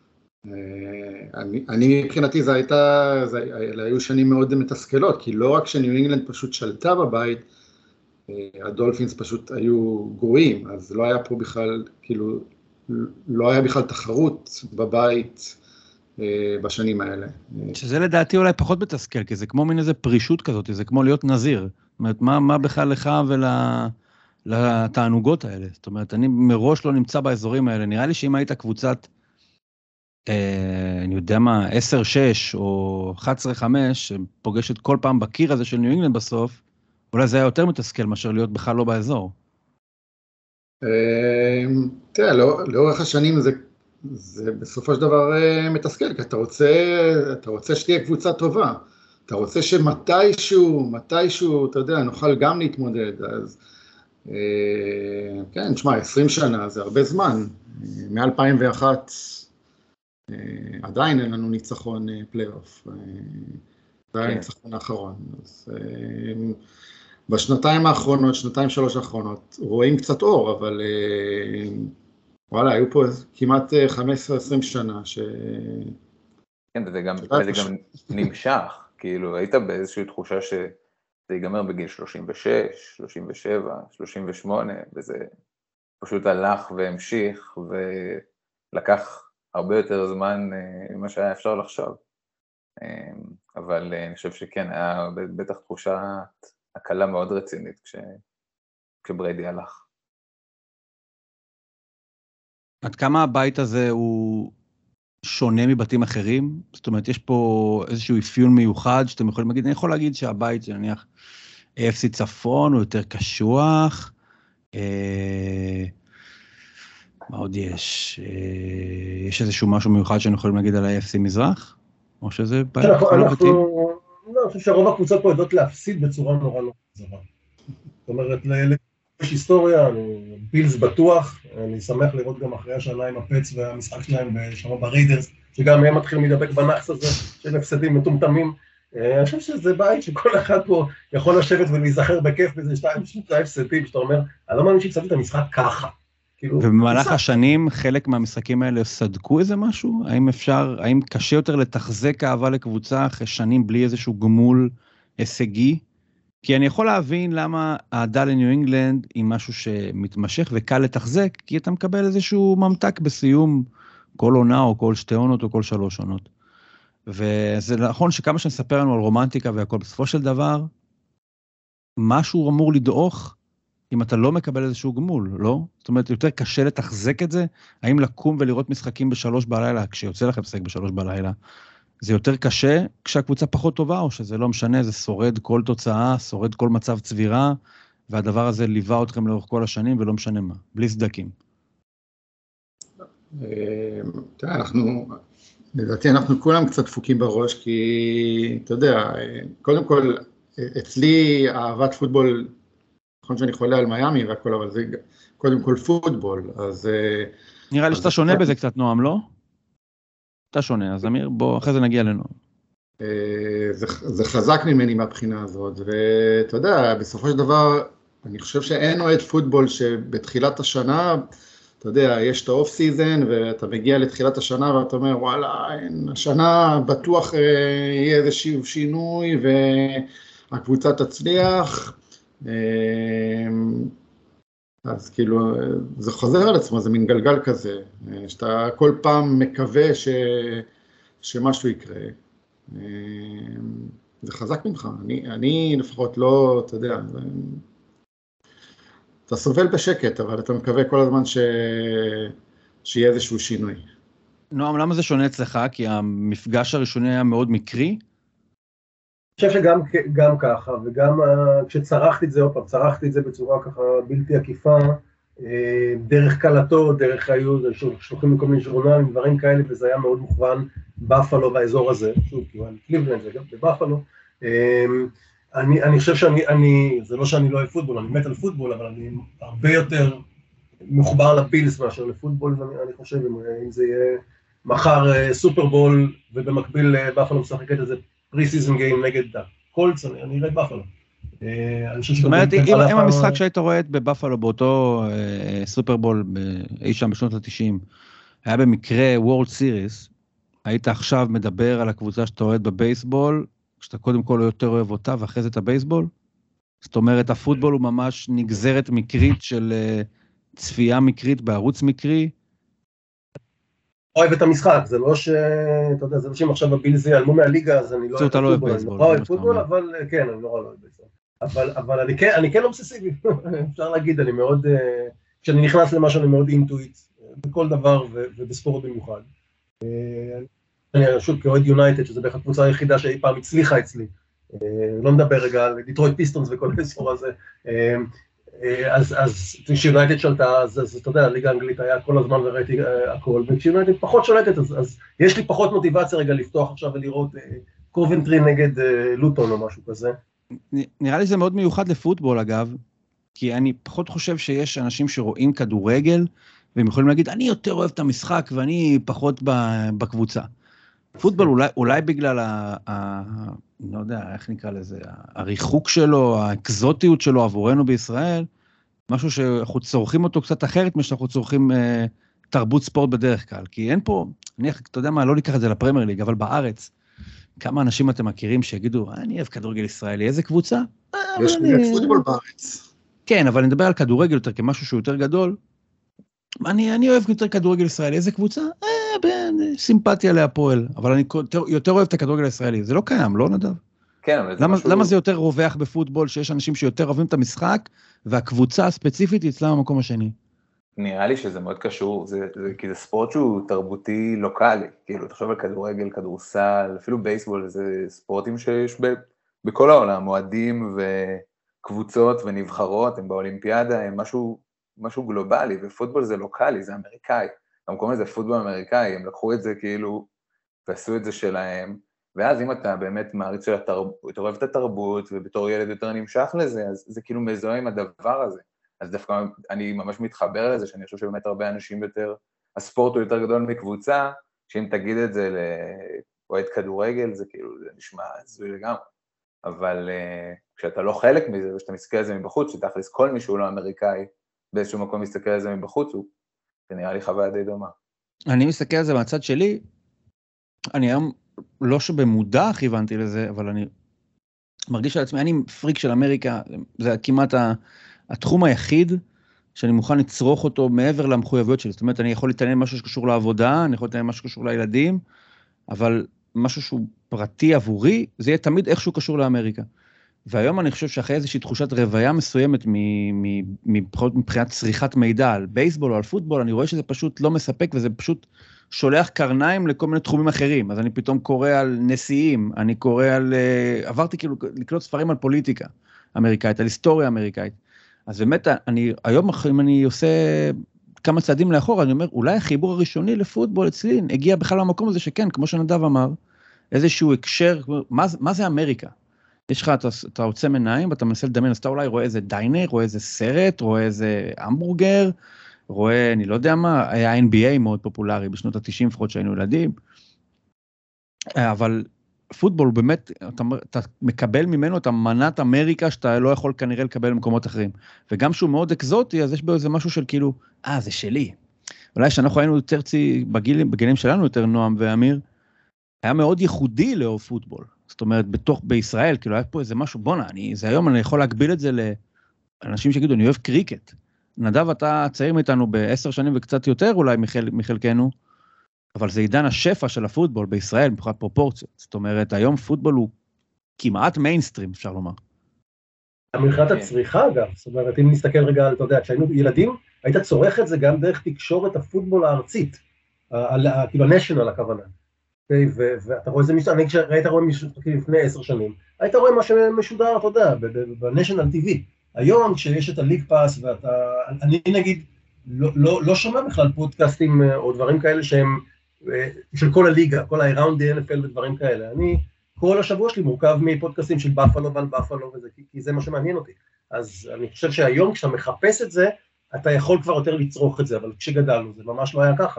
אני, אני מבחינתי זה הייתה, זה היו שנים מאוד מתסכלות, כי לא רק שניו אינגלנד פשוט שלטה בבית, הדולפינס פשוט היו גרועים, אז לא היה פה בכלל, כאילו, לא היה בכלל תחרות בבית בשנים האלה. שזה לדעתי אולי פחות מתסכל, כי זה כמו מין איזה פרישות כזאת, זה כמו להיות נזיר. זאת אומרת, מה, מה בכלל לך ולתענוגות האלה? זאת אומרת, אני מראש לא נמצא באזורים האלה, נראה לי שאם היית קבוצת, אני יודע מה, עשר שש או אחת עשרה חמש, שפוגשת כל פעם בקיר הזה של ניו אינגלנד בסוף, אולי זה היה יותר מתסכל מאשר להיות בכלל לא באזור. תראה, לאורך השנים זה בסופו של דבר מתסכל, כי אתה רוצה שתהיה קבוצה טובה, אתה רוצה שמתישהו, מתישהו, אתה יודע, נוכל גם להתמודד, אז כן, תשמע, עשרים שנה זה הרבה זמן, מ-אלפיים ואחת, עדיין אין לנו ניצחון פלייאוף, זה היה הניצחון האחרון, אז בשנתיים האחרונות, שנתיים שלוש האחרונות, רואים קצת אור, אבל וואלה, היו פה כמעט חמש עשרה עשרים שנה ש... כן, וזה גם, וזה גם נמשך, כאילו, היית באיזושהי תחושה שזה ייגמר בגיל שלושים ושש, שלושים ושבע, שלושים ושמונה, וזה פשוט הלך והמשיך, ולקח הרבה יותר זמן ממה שהיה אפשר לחשוב. אבל אני חושב שכן, היה בטח תחושה הקלה מאוד רצינית כש... כשבריידי הלך. עד כמה הבית הזה הוא שונה מבתים אחרים? זאת אומרת, יש פה איזשהו אפיון מיוחד שאתם יכולים להגיד, אני יכול להגיד שהבית, נניח, איי אף סי צפון הוא יותר קשוח, אה... מה עוד יש? אה... יש איזשהו משהו מיוחד שאני יכולים להגיד על איי אף סי מזרח? או שזה בית בכל הבתים? לא, אני חושב שהרוב הקבוצות פה יודעות להפסיד בצורה נורא נורא זרה. זאת אומרת, לאלה יש היסטוריה, אני בילס בטוח, אני שמח לראות גם אחרי השנה עם הפץ והמשחק שלהם בשמה בריידרס, שגם הם מתחילים להידבק בנחס הזה של הפסדים מטומטמים. אני חושב שזה בית שכל אחד פה יכול לשבת ולהיזכר בכיף באיזה שתיים, שלושה הפסדים, שאתה אומר, אני לא מאמין שהפסדתי את המשחק ככה. ובמהלך השנים, חלק מהמשחקים האלה סדקו איזה משהו? האם אפשר, האם קשה יותר לתחזק אהבה לקבוצה אחרי שנים בלי איזשהו גמול הישגי? כי אני יכול להבין למה העדה לניו אינגלנד היא משהו שמתמשך וקל לתחזק, כי אתה מקבל איזשהו ממתק בסיום כל עונה או כל שתי עונות או כל שלוש עונות. וזה נכון שכמה שנספר לנו על רומנטיקה והכל, בסופו של דבר, משהו אמור לדעוך אם אתה לא מקבל איזשהו גמול, לא? זאת אומרת, יותר קשה לתחזק את זה, האם לקום ולראות משחקים בשלוש בלילה, כשיוצא לכם לשחק בשלוש בלילה, זה יותר קשה כשהקבוצה פחות טובה, או שזה לא משנה, זה שורד כל תוצאה, שורד כל מצב צבירה, והדבר הזה ליווה אתכם לאורך כל השנים, ולא משנה מה, בלי סדקים. תראה, אנחנו, לדעתי אנחנו כולם קצת דפוקים בראש, כי אתה יודע, קודם כל, אצלי אהבת פוטבול, נכון שאני חולה על מיאמי והכל, אבל זה קודם כל פוטבול, אז... נראה לי שאתה שונה בזה קצת, נועם, לא? אתה שונה, אז אמיר, בוא, אחרי זה נגיע לנו. זה, זה חזק ממני מהבחינה הזאת, ואתה יודע, בסופו של דבר, אני חושב שאין אוהד פוטבול שבתחילת השנה, אתה יודע, יש את האוף סיזן, ואתה מגיע לתחילת השנה, ואתה אומר, וואלה, השנה בטוח יהיה איזשהו שינוי, והקבוצה תצליח, אז כאילו, זה חוזר על עצמו, זה מין גלגל כזה, שאתה כל פעם מקווה ש... שמשהו יקרה. זה חזק ממך, אני, אני לפחות לא, אתה יודע, זה... אתה סובל בשקט, אבל אתה מקווה כל הזמן ש... שיהיה איזשהו שינוי. נועם, למה זה שונה אצלך? כי המפגש הראשוני היה מאוד מקרי? אני חושב שגם גם ככה, וגם כשצרחתי את זה, עוד פעם, צרחתי את זה בצורה ככה בלתי עקיפה, דרך קלטות, דרך היו, שלוחים לכל מיני ז'ורנלים, דברים כאלה, וזה היה מאוד מוכוון, בפלו באזור הזה, שוב, כאילו, קליבלנד, זה גם בבפלו. אני, אני חושב שאני, אני, זה לא שאני לא אוהב פוטבול, אני מת על פוטבול, אבל אני הרבה יותר מחובר לפילס מאשר לפוטבול, ואני חושב, אם זה יהיה מחר סופרבול, ובמקביל בפלו משחקת את זה, פרי-סיזן גיים נגד הקולץ, אני אראה את בפלו. זאת אומרת, אם המשחק שהיית רואה בבפלו באותו סופרבול אי שם בשנות ה-תשעים, היה במקרה וורלד סיריס, היית עכשיו מדבר על הקבוצה שאתה אוהד בבייסבול, שאתה קודם כל יותר אוהב אותה, ואחרי זה את הבייסבול? זאת אומרת, הפוטבול הוא ממש נגזרת מקרית של צפייה מקרית בערוץ מקרי? אוהב את המשחק, זה לא ש... אתה יודע, זה לא שאם עכשיו בבילזי ילמו מהליגה, אז אני לא אוהב פוטבול, אני לא אוהב פוטבול, אבל כן, אני לא אוהב בייסבול. אבל אני כן אובססיבי, אפשר להגיד, אני מאוד... כשאני נכנס למשהו, אני מאוד אינטואיט, בכל דבר ובספורט במיוחד. אני פשוט כאוהד יונייטד, שזה בערך הקבוצה היחידה שאי פעם הצליחה אצלי. לא מדבר רגע על דיטרויט פיסטונס וכל הספור הזה. אז, אז כשיונייטד שלטה, אז, אז אתה יודע, הליגה האנגלית היה כל הזמן וראיתי הכל, וכשיונייטד פחות שולטת, אז, אז יש לי פחות מוטיבציה רגע לפתוח עכשיו ולראות קובנטרי נגד לוטון או משהו כזה. נראה לי זה מאוד מיוחד לפוטבול אגב, כי אני פחות חושב שיש אנשים שרואים כדורגל, והם יכולים להגיד, אני יותר אוהב את המשחק, ואני פחות בקבוצה. פוטבול אולי, אולי בגלל ה, ה... לא יודע, איך נקרא לזה, הריחוק שלו, האקזוטיות שלו עבורנו בישראל, משהו שאנחנו צורכים אותו קצת אחרת, משאנחנו צורכים אה, תרבות ספורט בדרך כלל, כי אין פה, אני, אתה יודע מה, לא ניקח את זה לפרמייר ליג, אבל בארץ, כמה אנשים אתם מכירים שיגידו, אני אוהב כדורגל ישראלי, איזה קבוצה? יש לי פוטבול בארץ. כן, אבל אני מדבר על כדורגל יותר כמשהו שהוא יותר גדול, אני, אני אוהב יותר כדורגל ישראלי, איזה קבוצה? אה, סימפתיה להפועל, אבל אני יותר, יותר אוהב את הכדורגל הישראלי, זה לא קיים, לא נדב? כן, אבל זה למה, משהו... למה זה יותר רווח בפוטבול, שיש אנשים שיותר אוהבים את המשחק, והקבוצה הספציפית היא אצלם המקום השני? נראה לי שזה מאוד קשור, זה, זה, כי זה ספורט שהוא תרבותי לוקאלי, כאילו, תחשוב על כדורגל, כדורסל, אפילו בייסבול, זה ספורטים שיש ב, בכל העולם, מועדים וקבוצות ונבחרות, הם באולימפיאדה, הם משהו, משהו גלובלי, ופוטבול זה לוקאלי, זה אמריקאי. המקום הזה פוטבול אמריקאי, הם לקחו את זה כאילו, ועשו את זה שלהם, ואז אם אתה באמת מעריץ של התרבות, אתה אוהב את התרבות, ובתור ילד יותר נמשך לזה, אז זה כאילו מזוהה עם הדבר הזה. אז דווקא אני ממש מתחבר לזה, שאני חושב שבאמת הרבה אנשים יותר, הספורט הוא יותר גדול מקבוצה, שאם תגיד את זה לאוהד כדורגל, זה כאילו, זה נשמע זוי לגמרי. אבל uh, כשאתה לא חלק מזה, ושאתה מסתכל על זה מבחוץ, שתכלס כל מי שהוא לא אמריקאי, באיזשהו מקום מסתכל על זה מבחוץ, הוא זה נראה לי חוויה די דומה. אני מסתכל על זה מהצד שלי, אני היום, לא שבמודע כיוונתי לזה, אבל אני מרגיש על עצמי, אני פריק של אמריקה, זה כמעט התחום היחיד שאני מוכן לצרוך אותו מעבר למחויבויות שלי. זאת אומרת, אני יכול להתעניין משהו שקשור לעבודה, אני יכול להתעניין משהו שקשור לילדים, אבל משהו שהוא פרטי עבורי, זה יהיה תמיד איכשהו קשור לאמריקה. והיום אני חושב שאחרי איזושהי תחושת רוויה מסוימת מבחינת צריכת מידע על בייסבול או על פוטבול, אני רואה שזה פשוט לא מספק, וזה פשוט שולח קרניים לכל מיני תחומים אחרים. אז אני פתאום קורא על נשיאים, אני קורא על, עברתי כאילו לקלוט ספרים על פוליטיקה אמריקאית, על היסטוריה אמריקאית. אז באמת, אני, היום אם אני עושה כמה צעדים לאחור, אני אומר, אולי החיבור הראשוני לפוטבול אצלי הגיע בכלל למקום הזה שכן, כמו שנדב אמר, איזשהו הקשר, מה, מה זה אמריקה? יש לך, אתה, אתה עוצם עיניים, ואתה מנסה לדמיין, אז אתה אולי רואה איזה דיינר, רואה איזה סרט, רואה איזה המבורגר, רואה, אני לא יודע מה, היה אן בי איי מאוד פופולרי, בשנות ה-תשעים לפחות שהיינו ילדים, אבל פוטבול באמת, אתה, אתה מקבל ממנו את המנת אמריקה, שאתה לא יכול כנראה לקבל במקומות אחרים, וגם שהוא מאוד אקזוטי, אז יש בו איזה משהו של כאילו, אה, זה שלי. אולי שאנחנו היינו יותר צי, בגילים, בגילים שלנו יותר נועם ואמיר, היה מאוד ייחודי לאהוב פוטבול. זאת אומרת, בתוך, בישראל, כאילו, היה פה איזה משהו, בונה, אני, זה היום אני יכול להגביל את זה לאנשים שיגידו, אני אוהב קריקט. נדב, אתה צעיר מאיתנו בעשר שנים וקצת יותר, אולי מחל, מחלקנו, אבל זה עידן השפע של הפוטבול בישראל, מבחינת פרופורציות. זאת אומרת, היום פוטבול הוא כמעט מיינסטרים, אפשר לומר. מבחינת הצריכה גם, זאת אומרת, אם נסתכל רגע, אתה יודע, כשהיינו ילדים, היית צורך את זה גם דרך תקשורת הפוטבול הארצית, כאילו הנשיונל הכוונה. ואתה רואה איזה משהו, אני כשראית רואה משחקים לפני עשר שנים, היית רואה מה שמשודר, אתה יודע, בנשיונל טי וי. היום כשיש את הליג פאס, ואתה, אני נגיד, לא שומע בכלל פודקאסטים או דברים כאלה שהם של כל הליגה, כל ה-Around the אן אף אל ודברים כאלה. אני, כל השבוע שלי מורכב מפודקאסטים של בפלו ועל בפלו וזה, כי זה מה שמעניין אותי. אז אני חושב שהיום כשאתה מחפש את זה, אתה יכול כבר יותר לצרוך את זה, אבל כשגדלנו זה ממש לא היה ככה.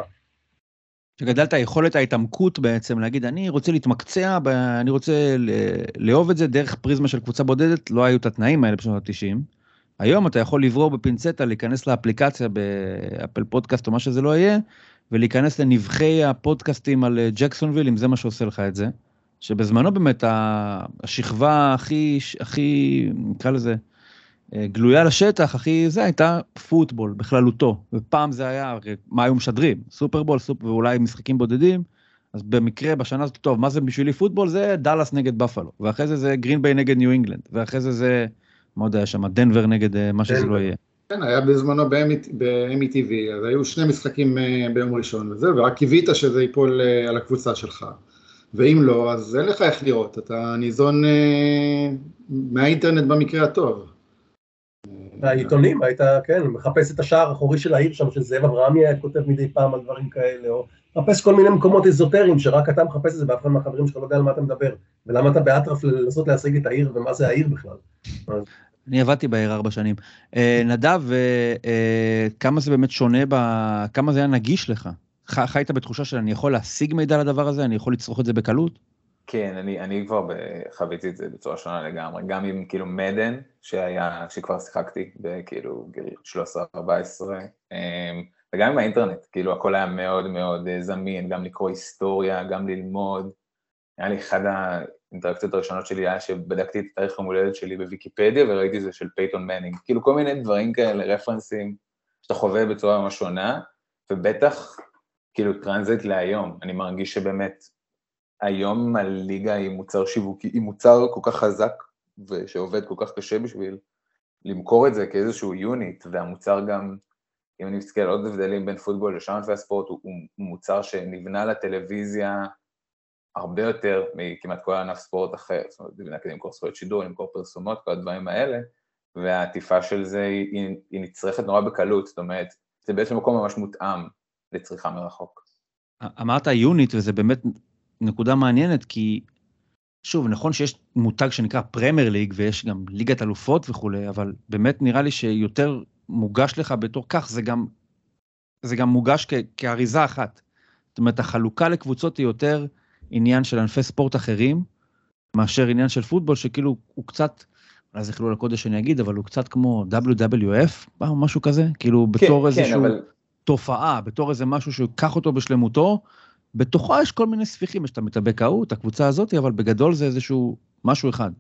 כשגדלת היכולת ההתעמקות בעצם, להגיד, אני רוצה להתמקצע, אני רוצה לאהוב את זה דרך פריזמה של קבוצה בודדת, לא היו את התנאים האלה בשנות ה-תשעים. היום אתה יכול לברור בפינצטה, להיכנס לאפליקציה באפל פודקאסט או מה שזה לא יהיה, ולהיכנס לנבחי הפודקאסטים על ג'קסונוויל, אם זה מה שעושה לך את זה, שבזמנו באמת השכבה הכי, הכי, נקרא לזה, גלויה לשטח, הכי זה הייתה פוטבול בכללותו, ופעם זה היה, מה היו משדרים? סופרבול, סופ... ואולי משחקים בודדים, אז במקרה בשנה הזאת, טוב, מה זה בשבילי פוטבול? זה דלס נגד בפלו, ואחרי זה זה גרין ביי נגד ניו אינגלנד, ואחרי זה זה, מה עוד היה שם, דנבר נגד מה שזה לא יהיה. כן, היה בזמנו ב-אם אי טי וי, אז היו שני משחקים ביום ראשון וזה, ורק קיווית שזה ייפול על הקבוצה שלך. ואם לא, אז אין לך איך לראות, אתה ניזון מהאינטרנט במקרה הטוב. העיתונים, היית, כן, מחפש את השער האחורי של העיר שם, שזאב אברהמי היה כותב מדי פעם על דברים כאלה, או מחפש כל מיני מקומות אזוטריים, שרק אתה מחפש את זה, ואף אחד מהחברים שלך לא יודע על מה אתה מדבר, ולמה אתה באטרף לנסות להשיג את העיר, ומה זה העיר בכלל. אני עבדתי בעיר ארבע שנים. נדב, כמה זה באמת שונה, כמה זה היה נגיש לך? חיית בתחושה שאני יכול להשיג מידע לדבר הזה, אני יכול לצרוך את זה בקלות? כן, אני, אני כבר חוויתי את זה בצורה שונה לגמרי, גם עם כאילו מדן, שהיה, שכבר שיחקתי בכאילו גיל שלוש עשרה ארבע עשרה, וגם עם האינטרנט, כאילו הכל היה מאוד מאוד זמין, גם לקרוא היסטוריה, גם ללמוד. היה לי אחד האינטראקציות הראשונות שלי, היה שבדקתי את תאריך המולדת שלי בוויקיפדיה, וראיתי זה של פייטון מנינג, כאילו כל מיני דברים כאלה, רפרנסים, שאתה חווה בצורה ממש שונה, ובטח כאילו טרנזיט להיום, אני מרגיש שבאמת, היום הליגה היא מוצר שיווקי, היא מוצר כל כך חזק, ושעובד כל כך קשה בשביל למכור את זה כאיזשהו יוניט, והמוצר גם, אם אני מסתכל עוד הבדלים בין פוטבול לשאונט והספורט, הוא, הוא מוצר שנבנה לטלוויזיה הרבה יותר מכמעט כל ענף ספורט אחר, זאת אומרת, נבנה כדי למכור זכויות שידור, למכור פרסומות, כל הדברים האלה, והעטיפה של זה היא, היא, היא נצרכת נורא בקלות, זאת אומרת, זה בעצם מקום ממש מותאם לצריכה מרחוק. אמרת יוניט, וזה באמת נקודה מעניינת, כי שוב, נכון שיש מותג שנקרא פרמייר ליג, ויש גם ליגת אלופות וכו', אבל באמת נראה לי שיותר מוגש לך בתור כך, זה גם, זה גם מוגש כ- כאריזה אחת. זאת אומרת, החלוקה לקבוצות היא יותר עניין של ענפי ספורט אחרים, מאשר עניין של פוטבול, שכאילו הוא קצת, אולי זה חילול הקודש שאני אגיד, אבל הוא קצת כמו דאבליו דאבליו אף, או משהו כזה, כאילו בתור כן, איזשהו כן, אבל... תופעה, בתור איזה משהו שיקח אותו בשלמותו, בתוכה יש כל מיני ספיחים, יש את המתאבקאות, הקבוצה הזאת, אבל בגדול זה איזשהו משהו אחד.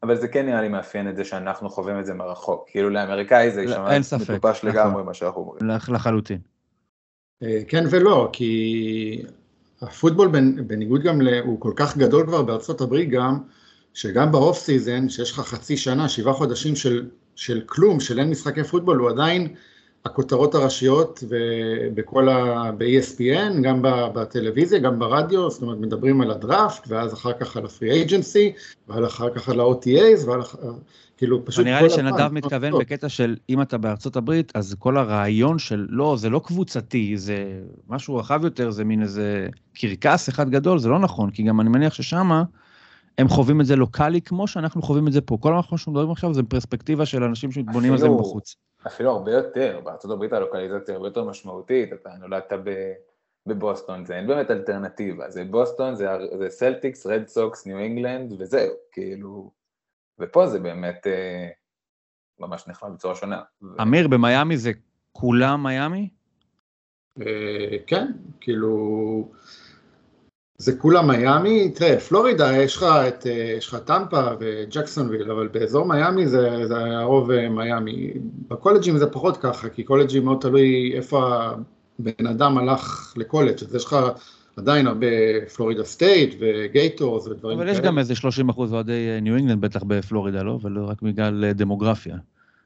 אבל זה כן נראה לי מאפיין את זה שאנחנו חווים את זה מרחוק, כאילו לאמריקאי זה יישמע מטופש לגמרי מה שאנחנו אומרים. לחלוטין. כן ולא, כי הפוטבול בניגוד גם, הוא כל כך גדול כבר בארצות הברית גם, שגם באוף סיזן, שיש לך חצי שנה, שבעה חודשים של, של כלום, של אין משחקי פוטבול, הוא עדיין הכותרות הראשיות ובכל ה... ב-E S P N, גם בטלוויזיה, גם ברדיו, זאת אומרת, מדברים על הדראפט, ואז אחר כך על הפרי אייג'נסי, ועל אחר כך על ה-O T As, ועל כאילו פשוט... נראה לי שנדב מתכוון בקטע של, אם אתה בארצות הברית, אז כל הרעיון של, לא, זה לא קבוצתי, זה משהו רחב יותר, זה מין איזה קרקס אחד גדול, זה לא נכון, כי גם אני מניח ששמה, הם חווים את זה לוקלי, כמו שאנחנו חווים את זה פה. כל מה שאנחנו מדברים עכשיו, זה פרספקטיבה של אנשים שמתבונים על זה בחוץ. אפילו הרבה יותר, בארצות הברית הלוקליזציה הרבה יותר משמעותית, אתה נולדת בבוסטון, זה אין באמת אלטרנטיבה, זה בוסטון, זה סלטיקס, רד סוקס, ניו אינגלנד, וזהו, כאילו, ופה זה באמת ממש נחמד בצורה שונה. אמיר, במיימי זה כולם מיימי? כן, כאילו, זה כולם מיימי, תראה, פלורידה, יש לך את, יש לך טמפה וג'קסונוויל, אבל באזור מיימי זה, זה הרוב מיימי. בקולג'ים זה פחות ככה, כי קולג'ים מאוד תלוי איפה הבן אדם הלך לקולג', אז יש לך עדיין הרבה פלורידה סטייט וגייטורס ודברים כאלה. אבל יש גם איזה שלושים אחוז ועדי ניו אינגלנד בטח בפלורידה, לא? ולא רק בגלל דמוגרפיה.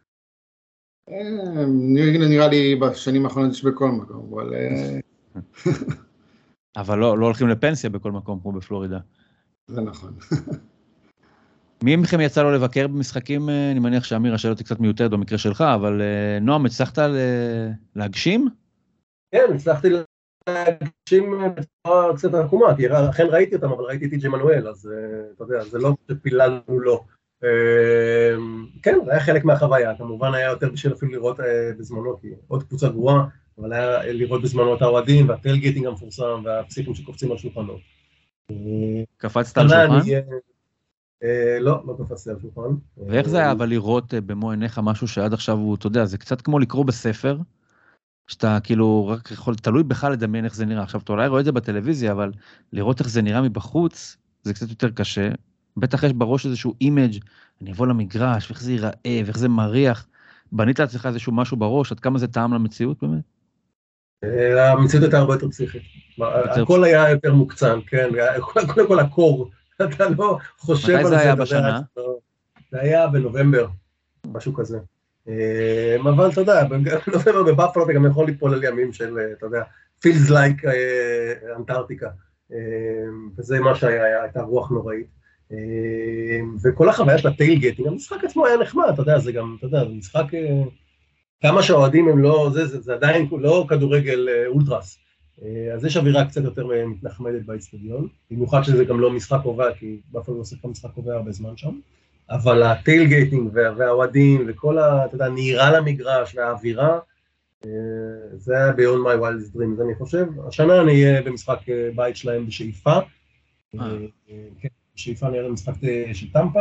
ניו אינגלנד נראה לי בשנים האחרונות יש בכל מקום, אבל... אבל לא, לא הולכים לפנסיה בכל מקום, כמו בפלורידה. זה נכון. מי מכם יצא לו לבקר במשחקים? אני מניח שאמיר, השאלה אותי קצת מיותרת במקרה שלך, אבל נועם, הצלחת להגשים? כן, הצלחתי להגשים בצורה קצת עקומה, כי אכן ראיתי אותם, אבל ראיתי את טי.ג'יי מנואל, אז אתה יודע, זה לא שפיללנו לו. כן, זה היה חלק מהחוויה, כמובן היה יותר בשביל אפילו לראות בזמנו, כי עוד קבוצה גרועה, אבל היה לראות בזמנו את האוהדים, והטלגייטינג המפורסם, והפסיקים שקופצים על שולחנות. קפצת על שולחן? לא, לא קפצתי על שולחן. ואיך זה היה אבל לראות במו עיניך משהו שעד עכשיו הוא, אתה יודע, זה קצת כמו לקרוא בספר, שאתה כאילו רק יכול, תלוי בך לדמיין איך זה נראה. עכשיו, אתה אולי רואה את זה בטלוויזיה, אבל לראות איך זה נראה מבחוץ, זה קצת יותר קשה. בטח יש בראש איזשהו אימג', אני אבוא למגרש, ואיך זה ייראה, ואיך זה מריח. בנית לעצמך איזשהו משהו בראש, עד כמה זה טעם למציאות באמת? המציאות הייתה הרבה יותר פסיכית. הכל היה יותר מוקצן, כן, קודם כל הקור, אתה לא חושב על זה. מתי זה היה בשנה? זה היה בנובמבר, משהו כזה. אבל אתה יודע, בנובמבר בבאפלו אתה גם יכול ליפול על ימים של, אתה יודע, feels like אנטארקטיקה, וזה מה שהיה, הייתה רוח נוראית. וכל החוויה של הטיילגייטינג, המשחק עצמו היה נחמד, אתה יודע, זה גם, אתה יודע, זה משחק, כמה שהאוהדים הם לא, זה, זה, זה עדיין לא כדורגל אולטרס, אז יש אווירה קצת יותר מתנחמדת באצטדיון, במיוחד שזה גם לא משחק קובע, כי באפלו לא עושה כאן משחק קובע הרבה זמן שם, אבל הטיילגייטינג והאוהדים וכל ה, אתה יודע, נהירה למגרש והאווירה, זה היה Beyond My Wildest Dreams, אני חושב. השנה אני אהיה במשחק בית שלהם בשאיפה, כן. שאיפה נראה למשחק של טמפה,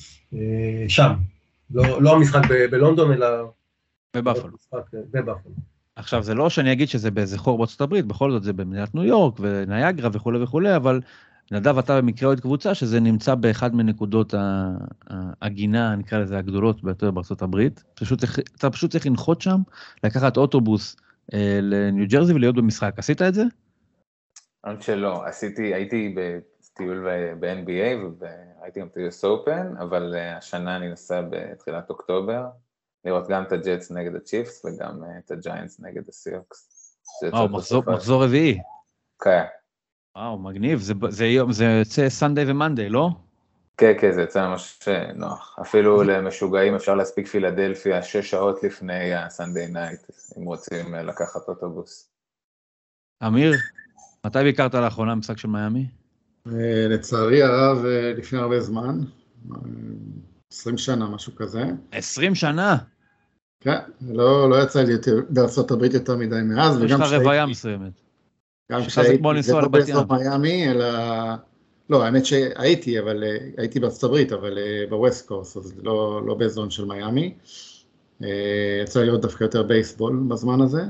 שם, לא, לא המשחק ב- בלונדון, אלא... בבאפלו. בבאפלו. עכשיו, זה לא שאני אגיד שזה באיזה חור בארצות הברית, בכל זאת זה במדינת ניו יורק ונייגרה וכו' וכו', אבל נדב, אתה במקרה עוד קבוצה, שזה נמצא באחד מנקודות הגינה, נקרא לזה, הגדולות ביותר בארצות הברית. פשוט, אתה פשוט צריך לנחות שם, לקחת אוטובוס לניו ג'רזי ולהיות במשחק. עשית את זה? אני חושב שלא, עשיתי, הייתי בטיול ב-N B A והייתי גם טיול סופן, אבל השנה אני נסע בתחילת אוקטובר, לראות גם את הג'טס נגד הצ'יפס וגם את הג'יינטס נגד הסיוקס. וואו, מחזור רביעי. כן. וואו, מגניב, זה יוצא סנדיי ומנדיי, לא? כן, כן, זה יוצא ממש נוח. אפילו למשוגעים אפשר להספיק פילדלפיה שש שעות לפני הסנדיי נייט, אם רוצים לקחת אוטובוס. אמיר, מתי ביקרת לאחרונה משחק של מיימי? לצערי הרב, לפני הרבה זמן, עשרים שנה, משהו כזה. עשרים שנה? כן, לא, לא יצא לי בארצות הברית יותר מדי מאז, יש לך רוויה מסוימת. גם כשהייתי, זה לא באזור מיימי, אלא, לא, האמת שהייתי, אבל הייתי בארצות הברית, אבל בווסט קורס, אז לא, לא באזור של מיימי. יצא לי לראות דווקא יותר בייסבול בזמן הזה.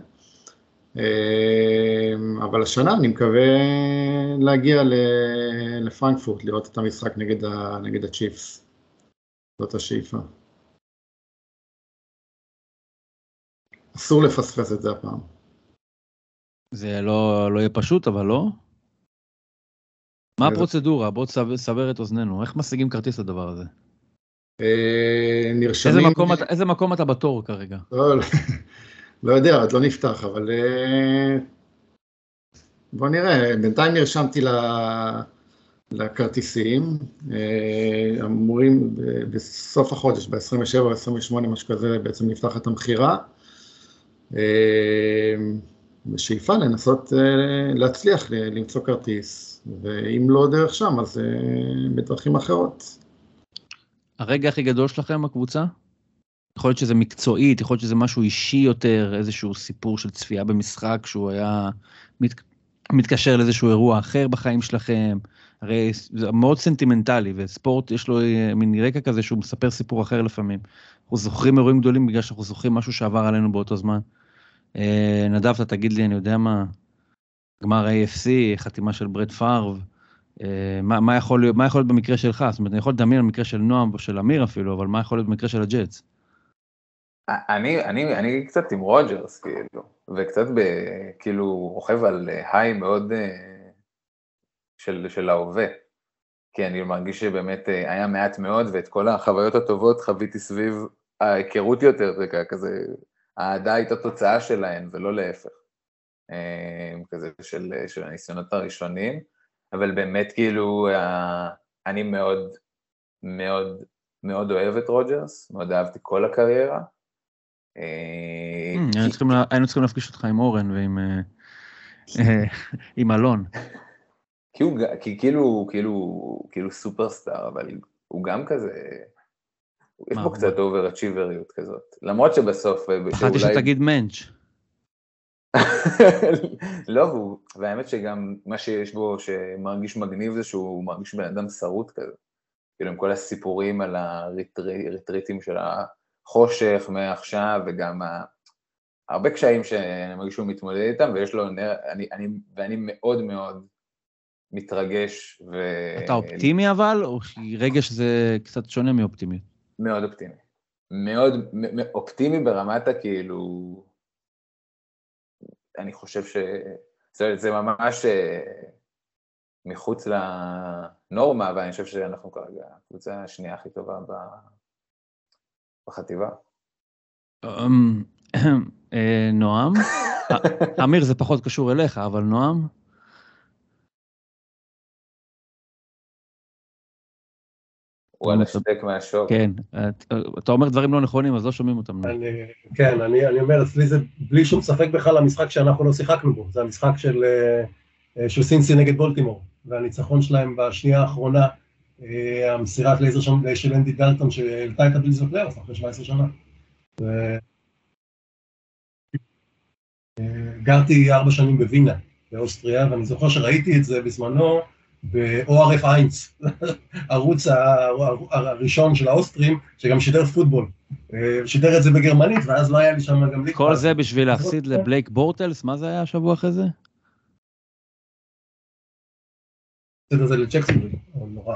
אבל השנה אני מקווה להגיע לפרנקפורט, לראות את המשחק נגד, נגד הצ'יפס. זאת השאיפה. אסור לפספס את זה הפעם. זה לא, לא יהיה פשוט, אבל לא. מה הפרוצדורה? בוא תסבר את אוזננו. איך משיגים כרטיס לדבר הזה? נרשמים... איזה מקום, איזה מקום אתה בתור כרגע? לא, לא יודע, עוד לא נפתח, אבל בוא נראה. בינתיים נרשמתי לכרטיסים, אמורים בסוף החודש, ב-עשרים ושבע או עשרים ושמונה, משהו כזה, בעצם נפתח את המחירה. בשאיפה לנסות להצליח למצוא כרטיס, ואם לא דרך שם, אז בדרכים אחרות. הרגע הכי גדול שלכם, הקבוצה? יכול להיות שזה מקצועית, יכול להיות שזה משהו אישי יותר, איזשהו סיפור של צפייה במשחק, שהוא היה מת... מתקשר לאיזשהו אירוע אחר בחיים שלכם, הרי זה מאוד סנטימנטלי, וספורט יש לו מין רקע כזה שהוא מספר סיפור אחר לפעמים. אנחנו זוכרים אירועים גדולים בגלל שאנחנו זוכרים משהו שעבר עלינו באותו זמן. נדב, אתה תגיד לי, אני יודע מה, גמר ה-איי אף סי, חתימה של ברד פארב, מה, מה יכול להיות, מה יכול להיות במקרה שלך? זאת אומרת, אני יכול לדמיין במקרה של נועם או של אמיר אפילו, אבל מה יכול להיות במקרה של הג'אטס? אני, אני, אני קצת עם רוג'רס, כאילו, וקצת ב, כאילו, רוכב על היי מאוד של, של ההווה, כי אני מרגיש שבאמת היה מעט מאוד, ואת כל החוויות הטובות חוויתי סביב ההיכרות יותר, כזה, העדה הייתה תוצאה שלהן, ולא להפך, כזה של, של הניסיונות הראשונים, אבל באמת כאילו, אני מאוד, מאוד, מאוד אוהב את רוג'רס, מאוד אהבתי כל הקריירה. היינו צריכים להפגיש אותך עם אורן ועם עם אלון. כי כאילו, כאילו, כאילו סופרסטאר, אבל הוא גם כזה, יש בו קצת אובר-אצ'יבריות כזאת, למרות שבסוף... פחדתי שתגיד מנץ'. לא, והאמת שגם מה שיש בו שמרגיש מגניב זה שהוא מרגיש בן אדם שרוט כזה, כאילו עם כל הסיפורים על הריטריטים של החושך מעכשיו, וגם הרבה קשיים שאני מרגיש שהוא מתמודד איתם, ויש לו, ואני מאוד מאוד מתרגש. אתה אופטימי אבל, או רגע שזה קצת שונה מאופטימי? מאוד אופטימי. מאוד אופטימי ברמת הכאילו, אני חושב ש... זה ממש מחוץ לנורמה, ואני חושב שאנחנו כרגע הקבוצה השנייה הכי טובה בחטיבה. נועם? אמיר, זה פחות קשור אליך, אבל נועם? הוא על השתק מהשוק. כן, אתה אומר דברים לא נכונים, אז לא שומעים אותם. כן, אני אומר, אצלי זה בלי שום ספק בכלל המשחק שאנחנו לא שיחקנו בו, זה המשחק של סינסי נגד בולטימור, והניצחון שלהם בשנייה האחרונה, המסירת לייזר של אנדי דלטון, שהעלתה את הבליז בפלייאוף אחרי שבע עשרה שנה. גרתי ארבע שנים בווינה, באוסטריה, ואני זוכר שראיתי את זה בזמנו, ב-או אר אף איינס, ערוץ הראשון של האוסטרים, שגם שידר פוטבול, שידר את זה בגרמנית, ואז לא היה לי שם גם... כל זה בשביל להפסיד לבלייק בורטלס, מה זה היה השבוע אחרי זה? זה זה לג'קסונוויל, נורא,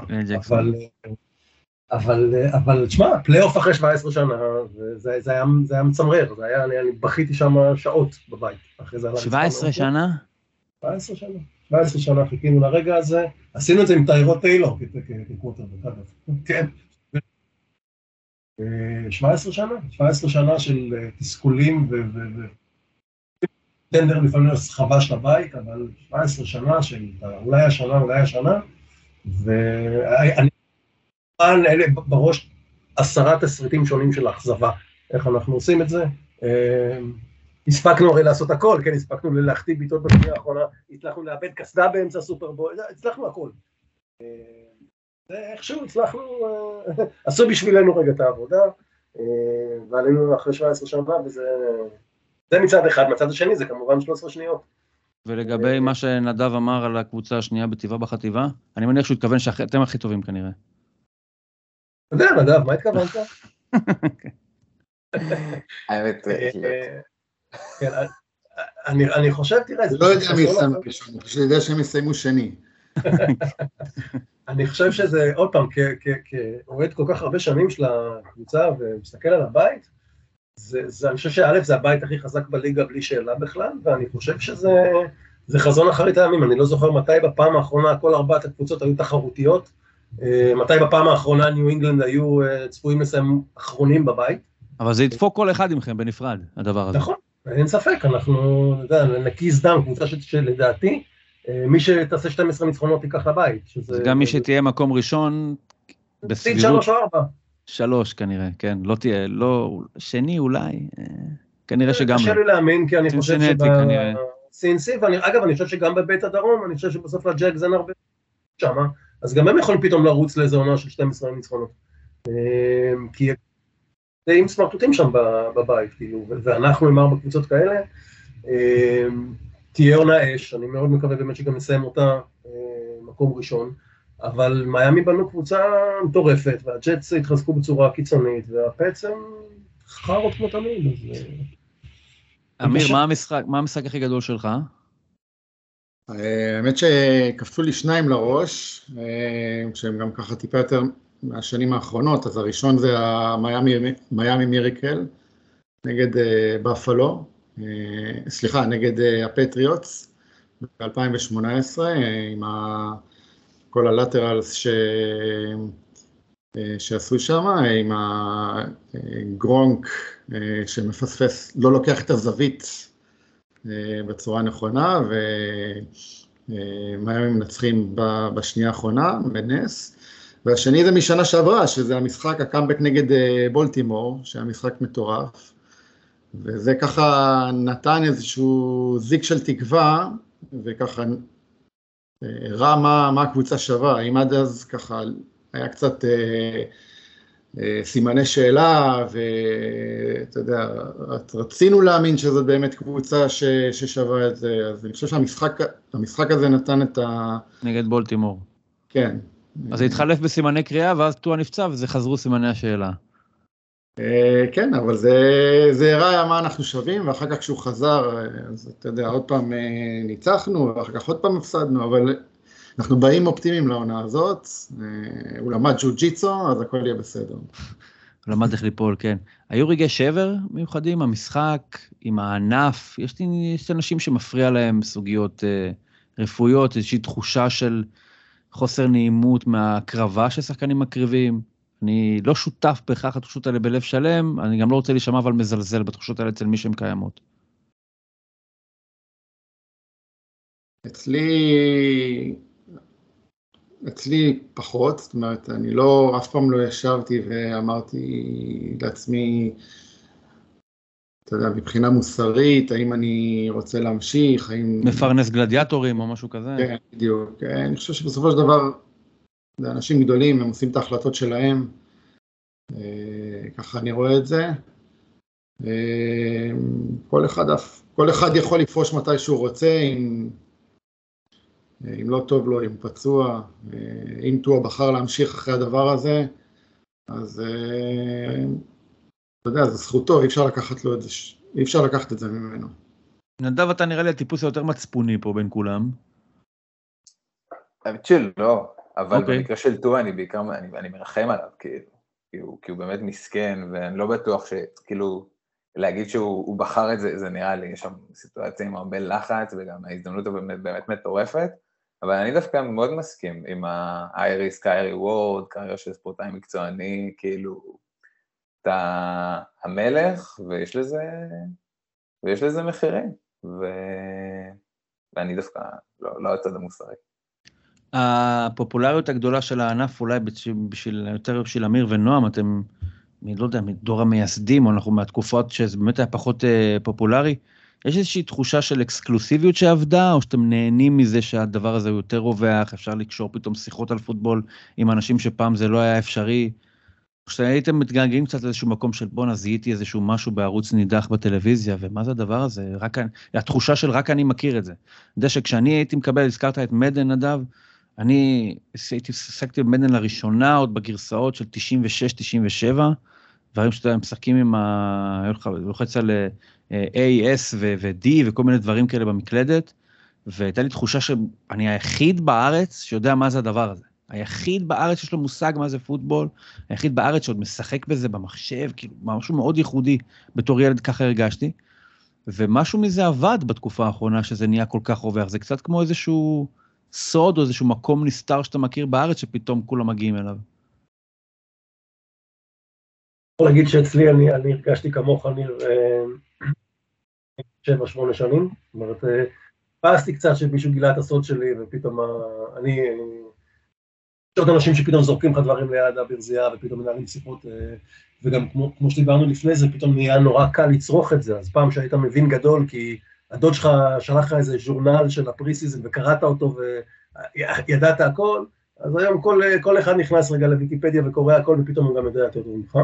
אבל תשמע, פלייאוף אחרי שבע עשרה שנה, זה היה מצמרר, אני בכיתי שם שעות בבית, שבע עשרה שנה? שבע עשרה שנה. שבע עשרה שנה חיכינו לרגע הזה, עשינו את זה עם טיירות טיילור, כקווטרבק, כן. שבע עשרה שנה, שבע עשרה שנה של תסכולים וטנדר לפעמים חבש לבית, אבל שבע עשרה שנה של אולי השנה, אולי השנה, ואני אלה בראש עשרה תסריטים שונים של האכזבה, איך אנחנו עושים את זה. הספקנו הרי לעשות הכל, כן, הספקנו להכתיב ביטות בשנייה האחרונה, הצלחנו לאבד קסדה באמצע סופרבול, הצלחנו הכל. איכשהו הצלחנו, עשו בשבילנו רגע את העבודה, ועלינו אחרי שבע עשרה שנה, וזה מצד אחד, מצד השני זה כמובן שלוש עשרה שניות. ולגבי מה שנדב אמר על הקבוצה השנייה בטבעה בחטיבה, אני מניח שהוא התכוון שאתם הכי טובים כנראה. אתה יודע, נדב, מה התכוונת? האמת, כן, אני חושב, תראה, לא יודע מי יסיימו ראשון, אני חושב יודע שהם יסיימו שני. אני חושב שזה, עוד פעם, כאוהד כל כך הרבה שנים של הקבוצה ומסתכל על הבית, זה, זה, אני חושב שא' זה הבית הכי חזק בליגה בלי שאלה בכלל, ואני חושב שזה זה חזון אחרית הימים. אני לא זוכר מתי בפעם האחרונה כל ארבעת הקבוצות היו תחרותיות, מתי בפעם האחרונה ניו אינגלנד היו צפויים לסיים אחרונים בבית. אבל זה ידפוק כל אחד מכם בנפרד, הדבר הזה. נכון, אין ספק, אנחנו, יודע, נקיז דם, קבוצה שלדעתי, מי שתעשה שתים עשרה ניצחונות תיקח לבית. שזה, גם מי שתהיה מקום ראשון, בסבירות. שלוש או ארבע. שלוש כנראה, כן, לא תהיה, לא, שני אולי, כנראה שגם... קשה לי להאמין, כי אני חושב שב-סי אן סי, ואגב, אני חושב שגם בבית הדרום, אני חושב שבסוף לג'ק זה נרבה שמה, אז גם הם יכולים פתאום לרוץ לאיזו עונה של שתים עשרה ניצחונות. כי זה עם סמרטוטים שם בבית, כאילו, ואנחנו עם ארבע קבוצות כאלה, תהיה עונה אש, אני מאוד מקווה באמת שגם נסיים אותה מקום ראשון, אבל מיאמי בנו קבוצה מטורפת, והג'טס התחזקו בצורה קיצונית, והפץ הם חרות כמו תמיד. אמיר, מה המשחק, מה המשחק הכי גדול שלך? האמת שקפצו לי שניים לראש, שהם גם ככה טיפה יותר מהשנים האחרונות, אז הראשון זה המיאמי מיריקל, נגד בפלו, סליחה, נגד הפטריוטס, ב-אלפיים שמונה עשרה, עם ה... כל הלטרלס ש... שעשו שם, עם הגרונק שמפספס, לא לוקח את הזווית בצורה נכונה, ומיאמי מנצחים בשנייה האחרונה, בנס. והשני זה משנה שעברה, שזה המשחק, הקאמבק נגד בולטימור, שהיה משחק מטורף, וזה ככה נתן איזשהו זיק של תקווה, וככה ראה מה, מה הקבוצה שווה. אם עד אז ככה היה קצת אה, אה, סימני שאלה, ואתה יודע, רצינו להאמין שזאת באמת קבוצה ש, ששווה את זה, אז אני חושב שהמשחק המשחק הזה נתן את ה... נגד בולטימור. כן. אז זה התחלף בסימני קריאה, ואז טוע נפצע, וזה חזרו סימני השאלה. כן, אבל זה, זה הראה מה אנחנו שווים, ואחר כך כשהוא חזר, אז אתה יודע, עוד פעם ניצחנו, ואחר כך עוד פעם הפסדנו, אבל אנחנו באים אופטימיים לעונה הזאת, הוא למד ג'ו-ג'יצו, אז הכל יהיה בסדר. הוא למד איך ליפול, כן. היו רגעי שבר מיוחדים, המשחק, עם הענף, יש לי, יש אנשים שמפריע להם סוגיות רפואיות, איזושהי תחושה של חוסר נעימות מהקרבה ששחקנים מקריבים, אני לא שותף בכך התחושות האלה בלב שלם, אני גם לא רוצה להישמע אבל מזלזל בתחושות האלה אצל מי שהן קיימות. אצלי, אצלי פחות, זאת אומרת, אני לא, אף פעם לא ישבתי ואמרתי לעצמי, אתה יודע, מבחינה מוסרית, האם אני רוצה להמשיך, האם... מפרנס גלדיאטורים או משהו כזה? כן, בדיוק. אני חושב שבסופו של דבר, זה אנשים גדולים, הם עושים את ההחלטות שלהם, ככה אני רואה את זה. כל אחד, כל אחד יכול לפרוש מתי שהוא רוצה, אם, אם לא טוב לו, אם פצוע, אם טוע בחר להמשיך אחרי הדבר הזה, אז אתה יודע, זה זכותו, אי אפשר לקחת לו את זה, אי אפשר לקחת את זה ממנו. נדב, אתה נראה לי הטיפוס היותר מצפוני פה בין כולם. האמת שלא, אבל okay. במקרה של טוע אני בעיקר, אני, אני מרחם עליו, כאילו, כי הוא, כי הוא באמת מסכן, ואני לא בטוח שכאילו, להגיד שהוא בחר את זה, זה נראה לי, יש שם סיטואציה עם הרבה לחץ, וגם ההזדמנות באמת, באמת מטורפת, אבל אני דווקא מאוד מסכים עם האייריס, קיירי וורד, קריירה של ספורטאי מקצועני, כאילו, אתה המלך, ויש לזה, ויש לזה מחירים, ו... ואני דווקא לא, לא הצד המוסרי. הפופולריות הגדולה של הענף, אולי בשביל, יותר בשביל אמיר ונועם, אתם, אני לא יודע, מדור המייסדים, או אנחנו מהתקופות שזה באמת היה פחות אה, פופולרי, יש איזושהי תחושה של אקסקלוסיביות שעבדה, או שאתם נהנים מזה שהדבר הזה הוא יותר רווח, אפשר לקשור פתאום שיחות על פוטבול עם אנשים שפעם זה לא היה אפשרי, או שהייתם מתגעגעים קצת לאיזשהו מקום של בוא נזיהיתי איזשהו משהו בערוץ נידח בטלוויזיה, ומה זה הדבר הזה? רק, התחושה של רק אני מכיר את זה. אני יודע שכשאני הייתי מקבל, הזכרת את מדן נדב, אני הייתי עסקתי במדן לראשונה, עוד בגרסאות של תשעים ושש תשעים ושבע, דברים שאתם משחקים עם ה... לוחץ על A, S ו-D וכל מיני דברים כאלה במקלדת, והייתה לי תחושה שאני היחיד בארץ שיודע מה זה הדבר הזה. היחיד בארץ שיש לו מושג מה זה פוטבול, היחיד בארץ שעוד משחק בזה במחשב, כאילו משהו מאוד ייחודי, בתור ילד ככה הרגשתי, ומשהו מזה עבד בתקופה האחרונה שזה נהיה כל כך רווח, זה קצת כמו איזשהו סוד או איזשהו מקום נסתר שאתה מכיר בארץ שפתאום כולם מגיעים אליו. אני יכול להגיד שאצלי אני, אני הרגשתי כמוך, אני שבע, שמונה שנים, זאת אומרת, פסתי קצת שמישהו גילה את הסוד שלי, ופתאום אני, יש עוד אנשים שפתאום זורקים לך דברים ליד הברזייה, ופתאום מנהלים שיחות, וגם כמו, כמו שדיברנו לפני זה, פתאום נהיה נורא קל לצרוך את זה, אז פעם שהיית מבין גדול, כי הדוד שלך שלח לך איזה ז'ורנל של הפריסיזם, וקראת אותו וידעת הכל, אז היום כל, כל אחד נכנס רגע לוויקיפדיה וקורא הכל, ופתאום הוא גם יודע יותר ממך.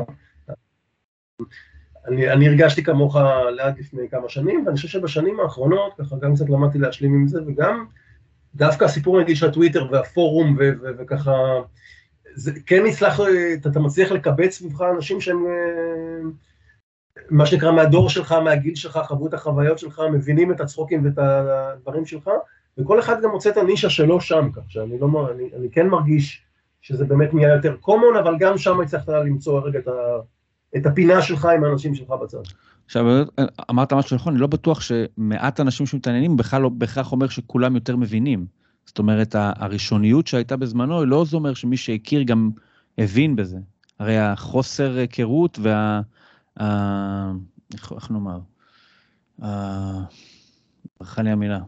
אני, אני הרגשתי כמוך לאט לפני כמה שנים, ואני חושב שבשנים האחרונות, ככה גם קצת למדתי להשלים עם זה, וגם דווקא הסיפור נגיד של הטוויטר והפורום, ו- ו- וככה, זה כן נצלח, אתה, אתה מצליח לקבץ סביבך אנשים שהם, מה שנקרא, מהדור שלך, מהגיל שלך, חוו את החוויות שלך, מבינים את הצחוקים ואת הדברים שלך, וכל אחד גם מוצא את הנישה שלו שם, כך שאני לא, אני, אני כן מרגיש שזה באמת נהיה יותר קומון, אבל גם שם הצלחת למצוא רגע את ה... את הפינה שלך עם האנשים שלך בצד. עכשיו, אמרת משהו נכון, אני לא בטוח שמעט אנשים שמתעניינים, בכלל לא בהכרח אומר שכולם יותר מבינים. זאת אומרת, הראשוניות שהייתה בזמנו, לא זה אומר שמי שהכיר גם הבין בזה. הרי החוסר היכרות וה... איך, איך נאמר? ברכה לי המילה.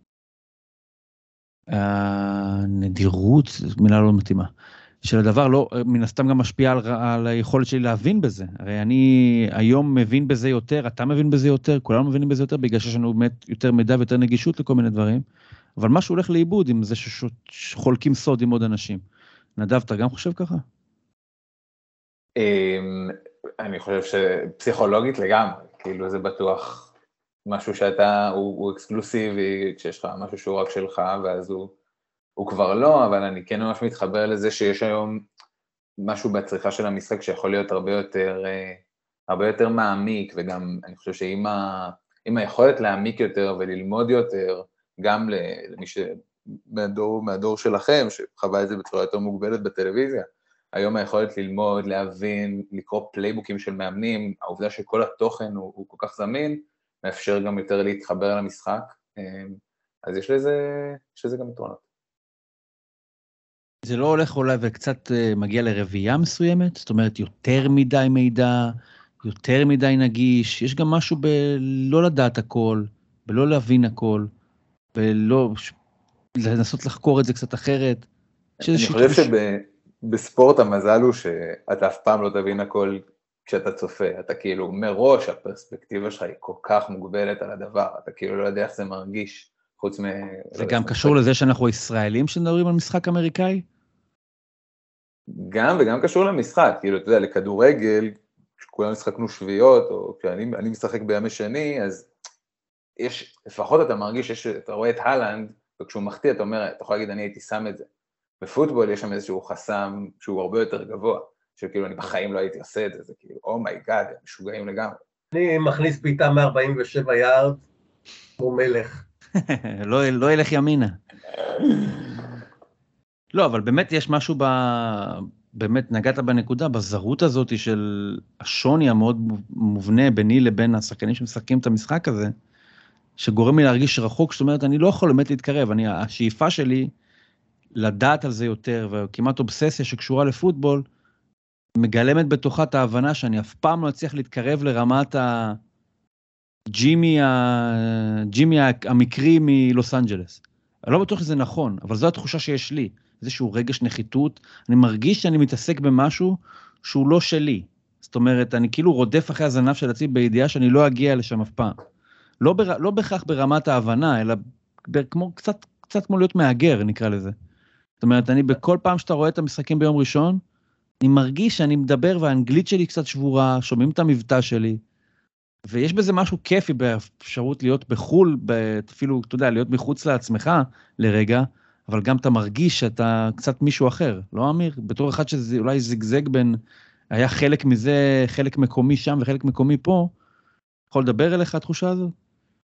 הנדירות, מילה לא מתאימה. של הדבר לא, מן הסתם גם משפיע על, על היכולת שלי להבין בזה. הרי אני היום מבין בזה יותר, אתה מבין בזה יותר, כולנו מבינים בזה יותר, בגלל שיש לנו באמת יותר מידע ויותר נגישות לכל מיני דברים, אבל משהו הולך לאיבוד עם זה שחולקים סוד עם עוד אנשים. נדב, אתה גם חושב ככה? אני חושב שפסיכולוגית לגמרי, כאילו זה בטוח משהו שאתה, הוא, הוא אקסקלוסיבי, כשיש לך משהו שהוא רק שלך, ואז הוא... הוא כבר לא, אבל אני כן ממש מתחבר לזה שיש היום משהו בצריכה של המשחק שיכול להיות הרבה יותר, הרבה יותר מעמיק, וגם אני חושב שעם ה, עם היכולת להעמיק יותר וללמוד יותר, גם למי שמהדור, מהדור שלכם, שחווה את זה בצורה יותר מוגבלת בטלוויזיה, היום היכולת ללמוד, להבין, לקרוא פלייבוקים של מאמנים, העובדה שכל התוכן הוא, הוא כל כך זמין, מאפשר גם יותר להתחבר למשחק, אז יש לזה, יש לזה גם יתרונות. זה לא הולך אולי וקצת מגיע לרבייה מסוימת? זאת אומרת, יותר מדי מידע, יותר מדי נגיש, יש גם משהו בלא לדעת הכל, בלא להבין הכל, בלא לנסות לחקור את זה קצת אחרת. אני חושב שבספורט המזל הוא שאתה אף פעם לא תבין הכל כשאתה צופה, אתה כאילו מראש הפרספקטיבה שלך היא כל כך מוגבלת על הדבר, אתה כאילו לא יודע איך זה מרגיש. חוץ מ... זה גם קשור לזה שאנחנו ישראלים שמדברים על משחק אמריקאי? גם וגם קשור למשחק, כאילו, אתה יודע, לכדורגל, כשכולם משחקנו שביעות, או כשאני אני משחק בימי שני, אז יש, לפחות אתה מרגיש, יש, אתה רואה את הלנד, וכשהוא מחטיא, אתה אומר, אתה יכול להגיד, אני הייתי שם את זה. בפוטבול יש שם איזשהו חסם שהוא הרבה יותר גבוה, שכאילו אני בחיים לא הייתי עושה את זה, זה כאילו, אומייגאד, הם משוגעים לגמרי. אני מכניס בעיטה מ-ארבעים ושבע יארד, כמו מלך. לא, לא ילך ימינה. לא, אבל באמת יש משהו ב... באמת נגעת בנקודה, בזרות הזאת של השוני המאוד מובנה ביני לבין השחקנים שמשחקים את המשחק הזה, שגורם לי להרגיש רחוק, זאת אומרת, אני לא יכול באמת להתקרב, אני, השאיפה שלי לדעת על זה יותר, וכמעט אובססיה שקשורה לפוטבול, מגלמת בתוכה את ההבנה שאני אף פעם לא אצליח להתקרב לרמת ה... ג'ימי, ג'ימי המקרי מלוס אנג'לס. אני לא בטוח שזה נכון, אבל זו התחושה שיש לי, איזשהו רגש נחיתות, אני מרגיש שאני מתעסק במשהו שהוא לא שלי. זאת אומרת, אני כאילו רודף אחרי הזנב של עצמי בידיעה שאני לא אגיע לשם אף פעם. לא, בר, לא בכך ברמת ההבנה, אלא כמו, קצת, קצת כמו להיות מאגר, נקרא לזה. זאת אומרת, אני בכל פעם שאתה רואה את המשחקים ביום ראשון, אני מרגיש שאני מדבר והאנגלית שלי קצת שבורה, שומעים את המבטא שלי, ויש בזה משהו כיפי באפשרות להיות בחול, אפילו, אתה יודע, להיות מחוץ לעצמך לרגע, אבל גם אתה מרגיש שאתה קצת מישהו אחר, לא אמיר? בתור אחד שזה אולי זגזג בין, היה חלק מזה, חלק מקומי שם וחלק מקומי פה, יכול לדבר אליך התחושה הזאת?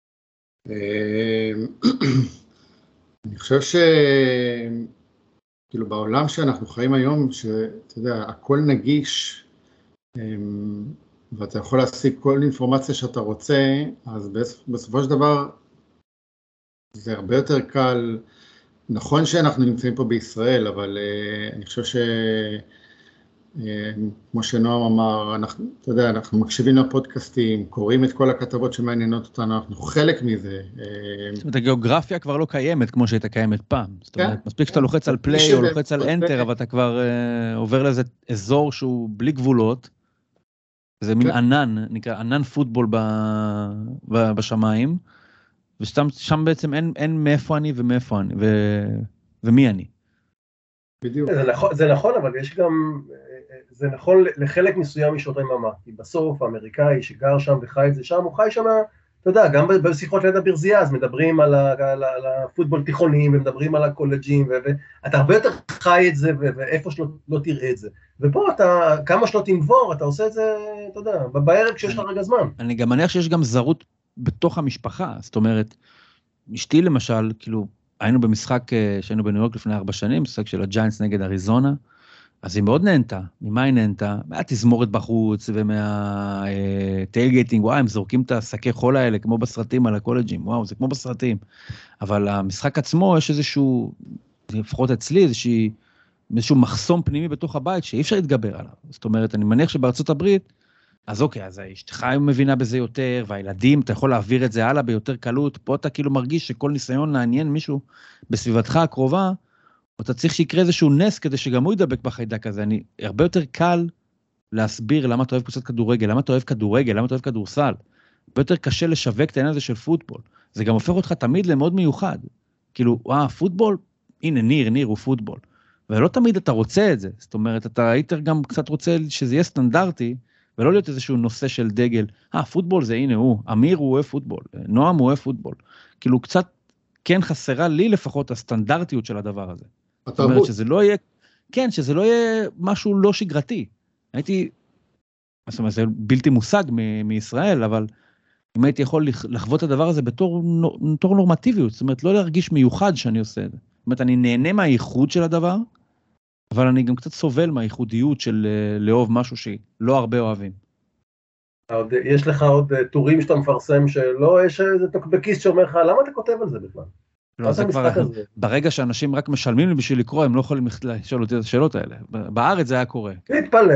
אני חושב ש... כאילו בעולם שאנחנו חיים היום, שאתה יודע, הכל נגיש, ואתה יכול להשיג כל אינפורמציה שאתה רוצה, אז בסופו של דבר זה הרבה יותר קל. נכון שאנחנו נמצאים פה בישראל, אבל uh, אני חושב ש... Uh, כמו שנועם אמר, אנחנו, אתה יודע, אנחנו מקשיבים לפודקאסטים, קוראים את כל הכתבות שמעניינות אותנו, אנחנו חלק מזה. זאת אומרת, הגיאוגרפיה כבר לא קיימת כמו שהייתה קיימת פעם. זאת אומרת, מספיק שאתה לוחץ על פליי או לוחץ על אנטר, אבל אתה כבר uh, עובר לאיזה אזור שהוא בלי גבולות, זה מין ענן, נקרא ענן פוטבול ב... ב... בשמיים, ושם בעצם אין, אין מאיפה אני ומאיפה אני, ו... ומי אני. בדיוק. זה נכון, זה נכון, אבל יש גם, זה נכון לחלק מסוים משעות היממה, כי בסוף האמריקאי שגר שם וחי את זה שם, הוא חי שם, אתה יודע, גם בשיחות ליד הברזייה, אז מדברים על, ה, על, ה, על הפוטבול תיכונים, ומדברים על הקולג'ים, ואתה הרבה יותר חי את זה, ואיפה שלא לא תראה את זה. ופה אתה, כמה שלא תנבור, אתה עושה את זה, אתה יודע, בערב כשיש לך רגע זמן. אני גם מניח שיש גם זרות בתוך המשפחה, זאת אומרת, אשתי למשל, כאילו, היינו במשחק שהיינו בניו יורק לפני ארבע שנים, משחק של הג'יינטס נגד אריזונה, אז היא מאוד נהנתה. ממה היא נהנתה? מהתזמורת בחוץ ומהטיילגייטינג, וואי, הם זורקים את השקי חול האלה, כמו בסרטים על הקולג'ים, וואו, זה כמו בסרטים. אבל המשחק עצמו, יש איזשהו, לפחות אצלי, איזשהו, איזשהו מחסום פנימי בתוך הבית, שאי אפשר להתגבר עליו. זאת אומרת, אני מניח שבארצות הברית, אז אוקיי, אז אשתך מבינה בזה יותר, והילדים, אתה יכול להעביר את זה הלאה ביותר קלות, פה אתה כאילו מרגיש שכל ניסיון לעניין מישהו בסביבתך הקרובה, אתה צריך שיקרה איזשהו נס כדי שגם הוא ידבק בחיידק הזה. אני, הרבה יותר קל להסביר למה אתה אוהב קבוצת כדורגל, למה אתה אוהב כדורגל, למה אתה אוהב כדורסל. הרבה יותר קשה לשווק את העניין הזה של פוטבול. זה גם הופך אותך תמיד למאוד מיוחד. כאילו, וואה, פוטבול, הנה, ניר, ניר הוא פוטבול. ולא תמיד אתה רוצה את זה. זאת אומרת, אתה היית גם קצת רוצה שזה יהיה סטנדרטי, ולא להיות איזשהו נושא של דגל. אה, פוטבול זה, הנה הוא, אמיר הוא אוהב פוטבול, נועם הוא אוהב פוטבול. כאילו, קצת כן חסרה לי לפחות הסטנדרטיות של הדבר הזה. זאת אומרת, שזה לא יהיה, כן, שזה לא יהיה משהו לא שגרתי. הייתי, זאת אומרת, זה בלתי מושג מ- מישראל, אבל אם הייתי יכול לחוות את הדבר הזה בתור, בתור נורמטיביות, זאת אומרת, לא להרגיש מיוחד שאני עושה את זה. זאת אומרת, אני נהנה מהייחוד של הדבר, אבל אני גם קצת סובל מהייחודיות של לאהוב משהו שלא הרבה אוהבים. עוד, יש לך עוד טורים שאתה מפרסם שלא, יש איזה טוקבקיסט שאומר לך, למה אתה כותב על זה בכלל? לא, זה כבר, ברגע שאנשים רק משלמים לי בשביל לקרוא, הם לא יכולים לשאול אותי את השאלות האלה. בארץ זה היה קורה. להתפלא.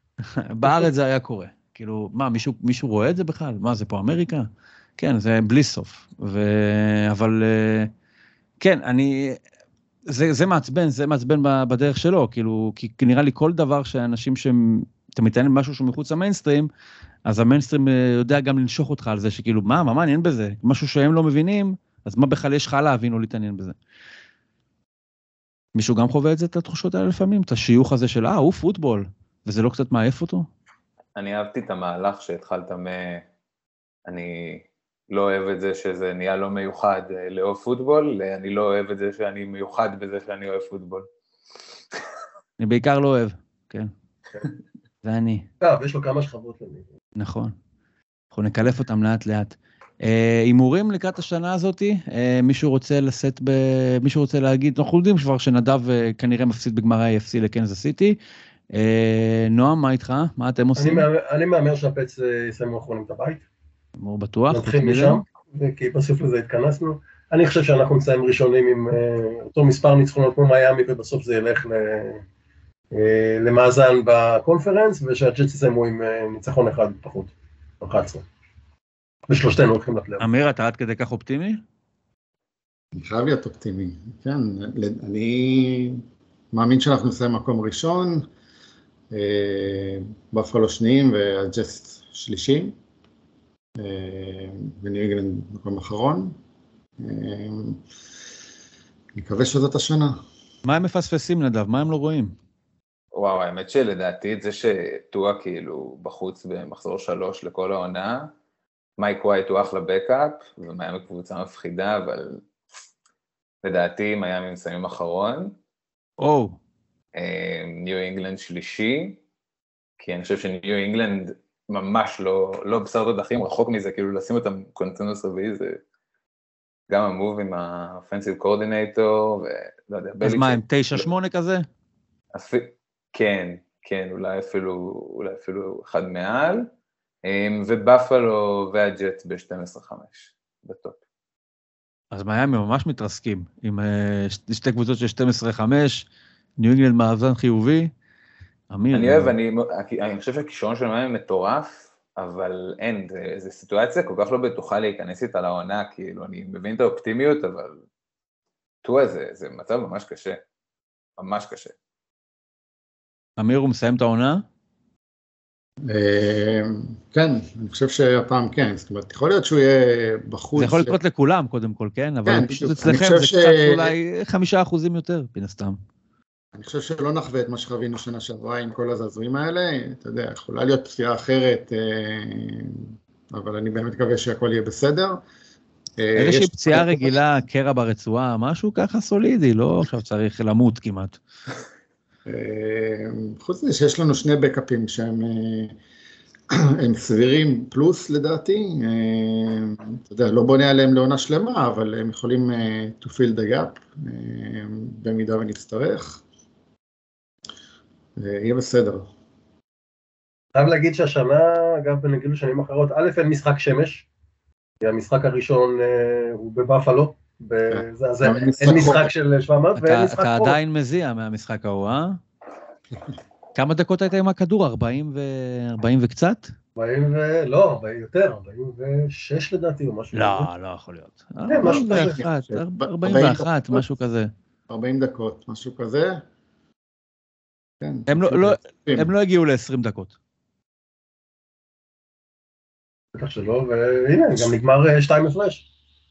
בארץ זה היה קורה. כאילו, מה, מישהו, מישהו רואה את זה בכלל? מה, זה פה אמריקה? כן, זה בלי סוף. ו... אבל, כן, אני... זה, זה מעצבן, זה מעצבן בדרך שלו, כאילו, כי נראה לי כל דבר שאנשים שאתה מתעניין במשהו שהוא מחוץ למיינסטרים, אז המיינסטרים יודע גם לנשוך אותך על זה, שכאילו, מה, מה מעניין בזה? משהו שהם לא מבינים, אז מה בכלל יש לך להבין או להתעניין בזה? מישהו גם חווה את זה, את התחושות האלה לפעמים, את השיוך הזה של, אה, הוא פוטבול, וזה לא קצת מעייף אותו? אני אהבתי את המהלך שהתחלת מ... אני... לא אוהב את זה שזה נהיה לא מיוחד לאהוב פוטבול, אני לא אוהב את זה שאני מיוחד בזה שאני אוהב פוטבול. אני בעיקר לא אוהב, כן. זה אני. טוב, יש לו כמה שכבות למי. נכון. אנחנו נקלף אותם לאט לאט. הימורים לקראת השנה הזאת, מישהו רוצה לשאת ב... מישהו רוצה להגיד, אנחנו יודעים כבר שנדב כנראה מפסיד בגמר ה-איי אף סי לקנזס סיטי. נועם, מה איתך? מה אתם עושים? אני מאמר שהפץ יסיימו אחרונים את הבית. אמור בטוח. נתחיל משם, כי בסוף לזה התכנסנו. אני חושב שאנחנו נסיים ראשונים עם אותו מספר ניצחונות כמו מיאמי, ובסוף זה ילך למאזן בקונפרנס, ושהג'טס יסיימו עם ניצחון אחד פחות, אחת עשרה. ושלושתנו הולכים לפלייאוף. אמיר, אתה עד כדי כך אופטימי? אני חייב להיות אופטימי, כן. אני מאמין שאנחנו נסיים מקום ראשון, בפלו שניים והג'טס שלישי. וניו אינגלנד מקום אחרון. מקווה שזאת השנה. מה הם מפספסים נדב? מה הם לא רואים? וואו, האמת שלדעתי את זה שטועה כאילו בחוץ במחזור שלוש לכל העונה, מייק ווייט הוא אחלה בקאפ, ומיאמי קבוצה מפחידה, אבל לדעתי מיאמי מסיימים אחרון. או. ניו אינגלנד שלישי, כי אני חושב שניו אינגלנד ממש לא, לא בשר תודחים, רחוק מזה, כאילו לשים אותם קונצנזוס רביעי, זה גם המוב עם האופנסיב קורדינטור, ולא יודע, אז מה, הם תשע שמונה כזה? כן, כן, אולי אפילו, אולי אפילו אחד מעל, ובאפלו והג'ט ב-שתים עשרה חמש, בטופ. אז מיאמי ממש מתרסקים, עם שתי קבוצות של שתים עשרה חמש, ניו אינגלנד מאזן חיובי, אמיר. אני אוהב, אני, אני חושב שהכישרון של מיאמי מטורף, אבל אין, זו סיטואציה כל כך לא בטוחה להיכנס איתה לעונה, כאילו, אני מבין את האופטימיות, אבל תואה, זה, זה מצב ממש קשה, ממש קשה. אמיר, הוא מסיים את העונה? כן, אני חושב שהפעם כן, זאת אומרת, יכול להיות שהוא יהיה בחוץ. זה יכול לקרות לכולם, קודם כל, כן? אבל פשוט אצלכם זה קצת אולי חמישה אחוזים יותר, בין הסתם. אני חושב שלא נחווה את מה שחווינו שנה שעברה עם כל הזעזועים האלה, אתה יודע, יכולה להיות פציעה אחרת, אבל אני באמת מקווה שהכל יהיה בסדר. איזושהי פציעה רגילה, קרע ברצועה, משהו ככה סולידי, לא עכשיו צריך למות כמעט. חוץ מזה שיש לנו שני בקאפים שהם הם סבירים פלוס לדעתי, אתה יודע, לא בונה עליהם לעונה שלמה, אבל הם יכולים to fill the gap, במידה ונצטרך. יהיה בסדר. חייב להגיד שהשנה, אגב, בנגיל לשנים אחרות, א', אין משחק שמש, כי המשחק הראשון הוא בבאפלו, אין משחק של שבע מאות, ואין משחק אתה פה. עדיין מזיע מהמשחק ההוא, אה? כמה דקות היית עם הכדור? ארבעים וקצת? ארבעים ו... לא, יותר, ארבעים ושש לדעתי, או משהו. לא, לא יכול להיות. כן, משהו כזה. ארבעים ואחת, משהו כזה. ארבעים דקות, משהו כזה. הם לא הגיעו ל-עשרים דקות. בטח שלא, והנה, גם נגמר שתיים הפרש.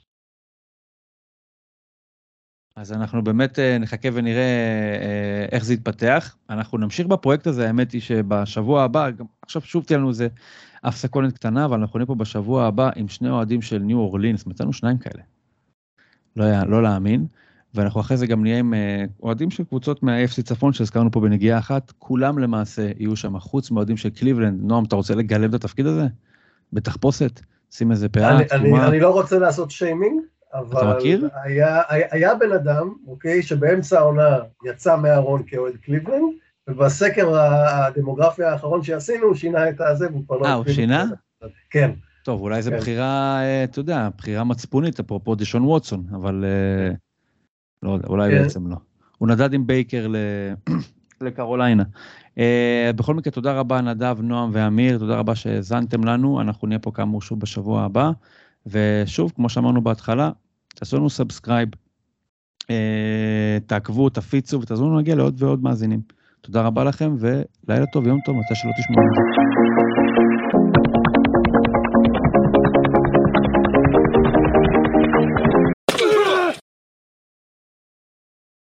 אז אנחנו באמת נחכה ונראה איך זה יתפתח. אנחנו נמשיך בפרויקט הזה, האמת היא שבשבוע הבא, עכשיו שוב תהיה לנו איזה הפסקונת קטנה, אבל אנחנו נהיה פה בשבוע הבא עם שני אוהדים של ניו אורלינס, מצאנו שניים כאלה. לא, לא להאמין. ואנחנו אחרי זה גם נהיה עם אוהדים של קבוצות מה-אף סי צפון, שהזכרנו פה בנגיעה אחת, כולם למעשה יהיו שם, חוץ מאוהדים של קליבלנד. נועם, אתה רוצה לגלם את התפקיד הזה? בתחפושת? שים איזה פאה? אני, אני, אני לא רוצה לעשות שיימינג, אבל היה, היה, היה בן אדם, אוקיי, שבאמצע העונה יצא מהארון כאוהד קליבלנד, ובסקר הדמוגרפיה האחרון שעשינו, הוא שינה את הזה, והוא כבר לא... אה, הוא שינה? כן. טוב, אולי זו בחירה, אתה יודע, בחירה מצפונית, אפרופו דשון ווטסון, אבל לא יודע, אולי בעצם לא. הוא נדד עם בייקר לקרוליינה. בכל מקרה, תודה רבה נדב, נועם ואמיר, תודה רבה שהזנתם לנו, אנחנו נהיה פה כאמור שוב בשבוע הבא, ושוב, כמו שאמרנו בהתחלה, תעשו לנו סאבסקרייב, תעקבו, תפיצו, ותעזרו לנו להגיע לעוד ועוד מאזינים. תודה רבה לכם, ולילה טוב, יום טוב, מתי שלא תשמעו את זה.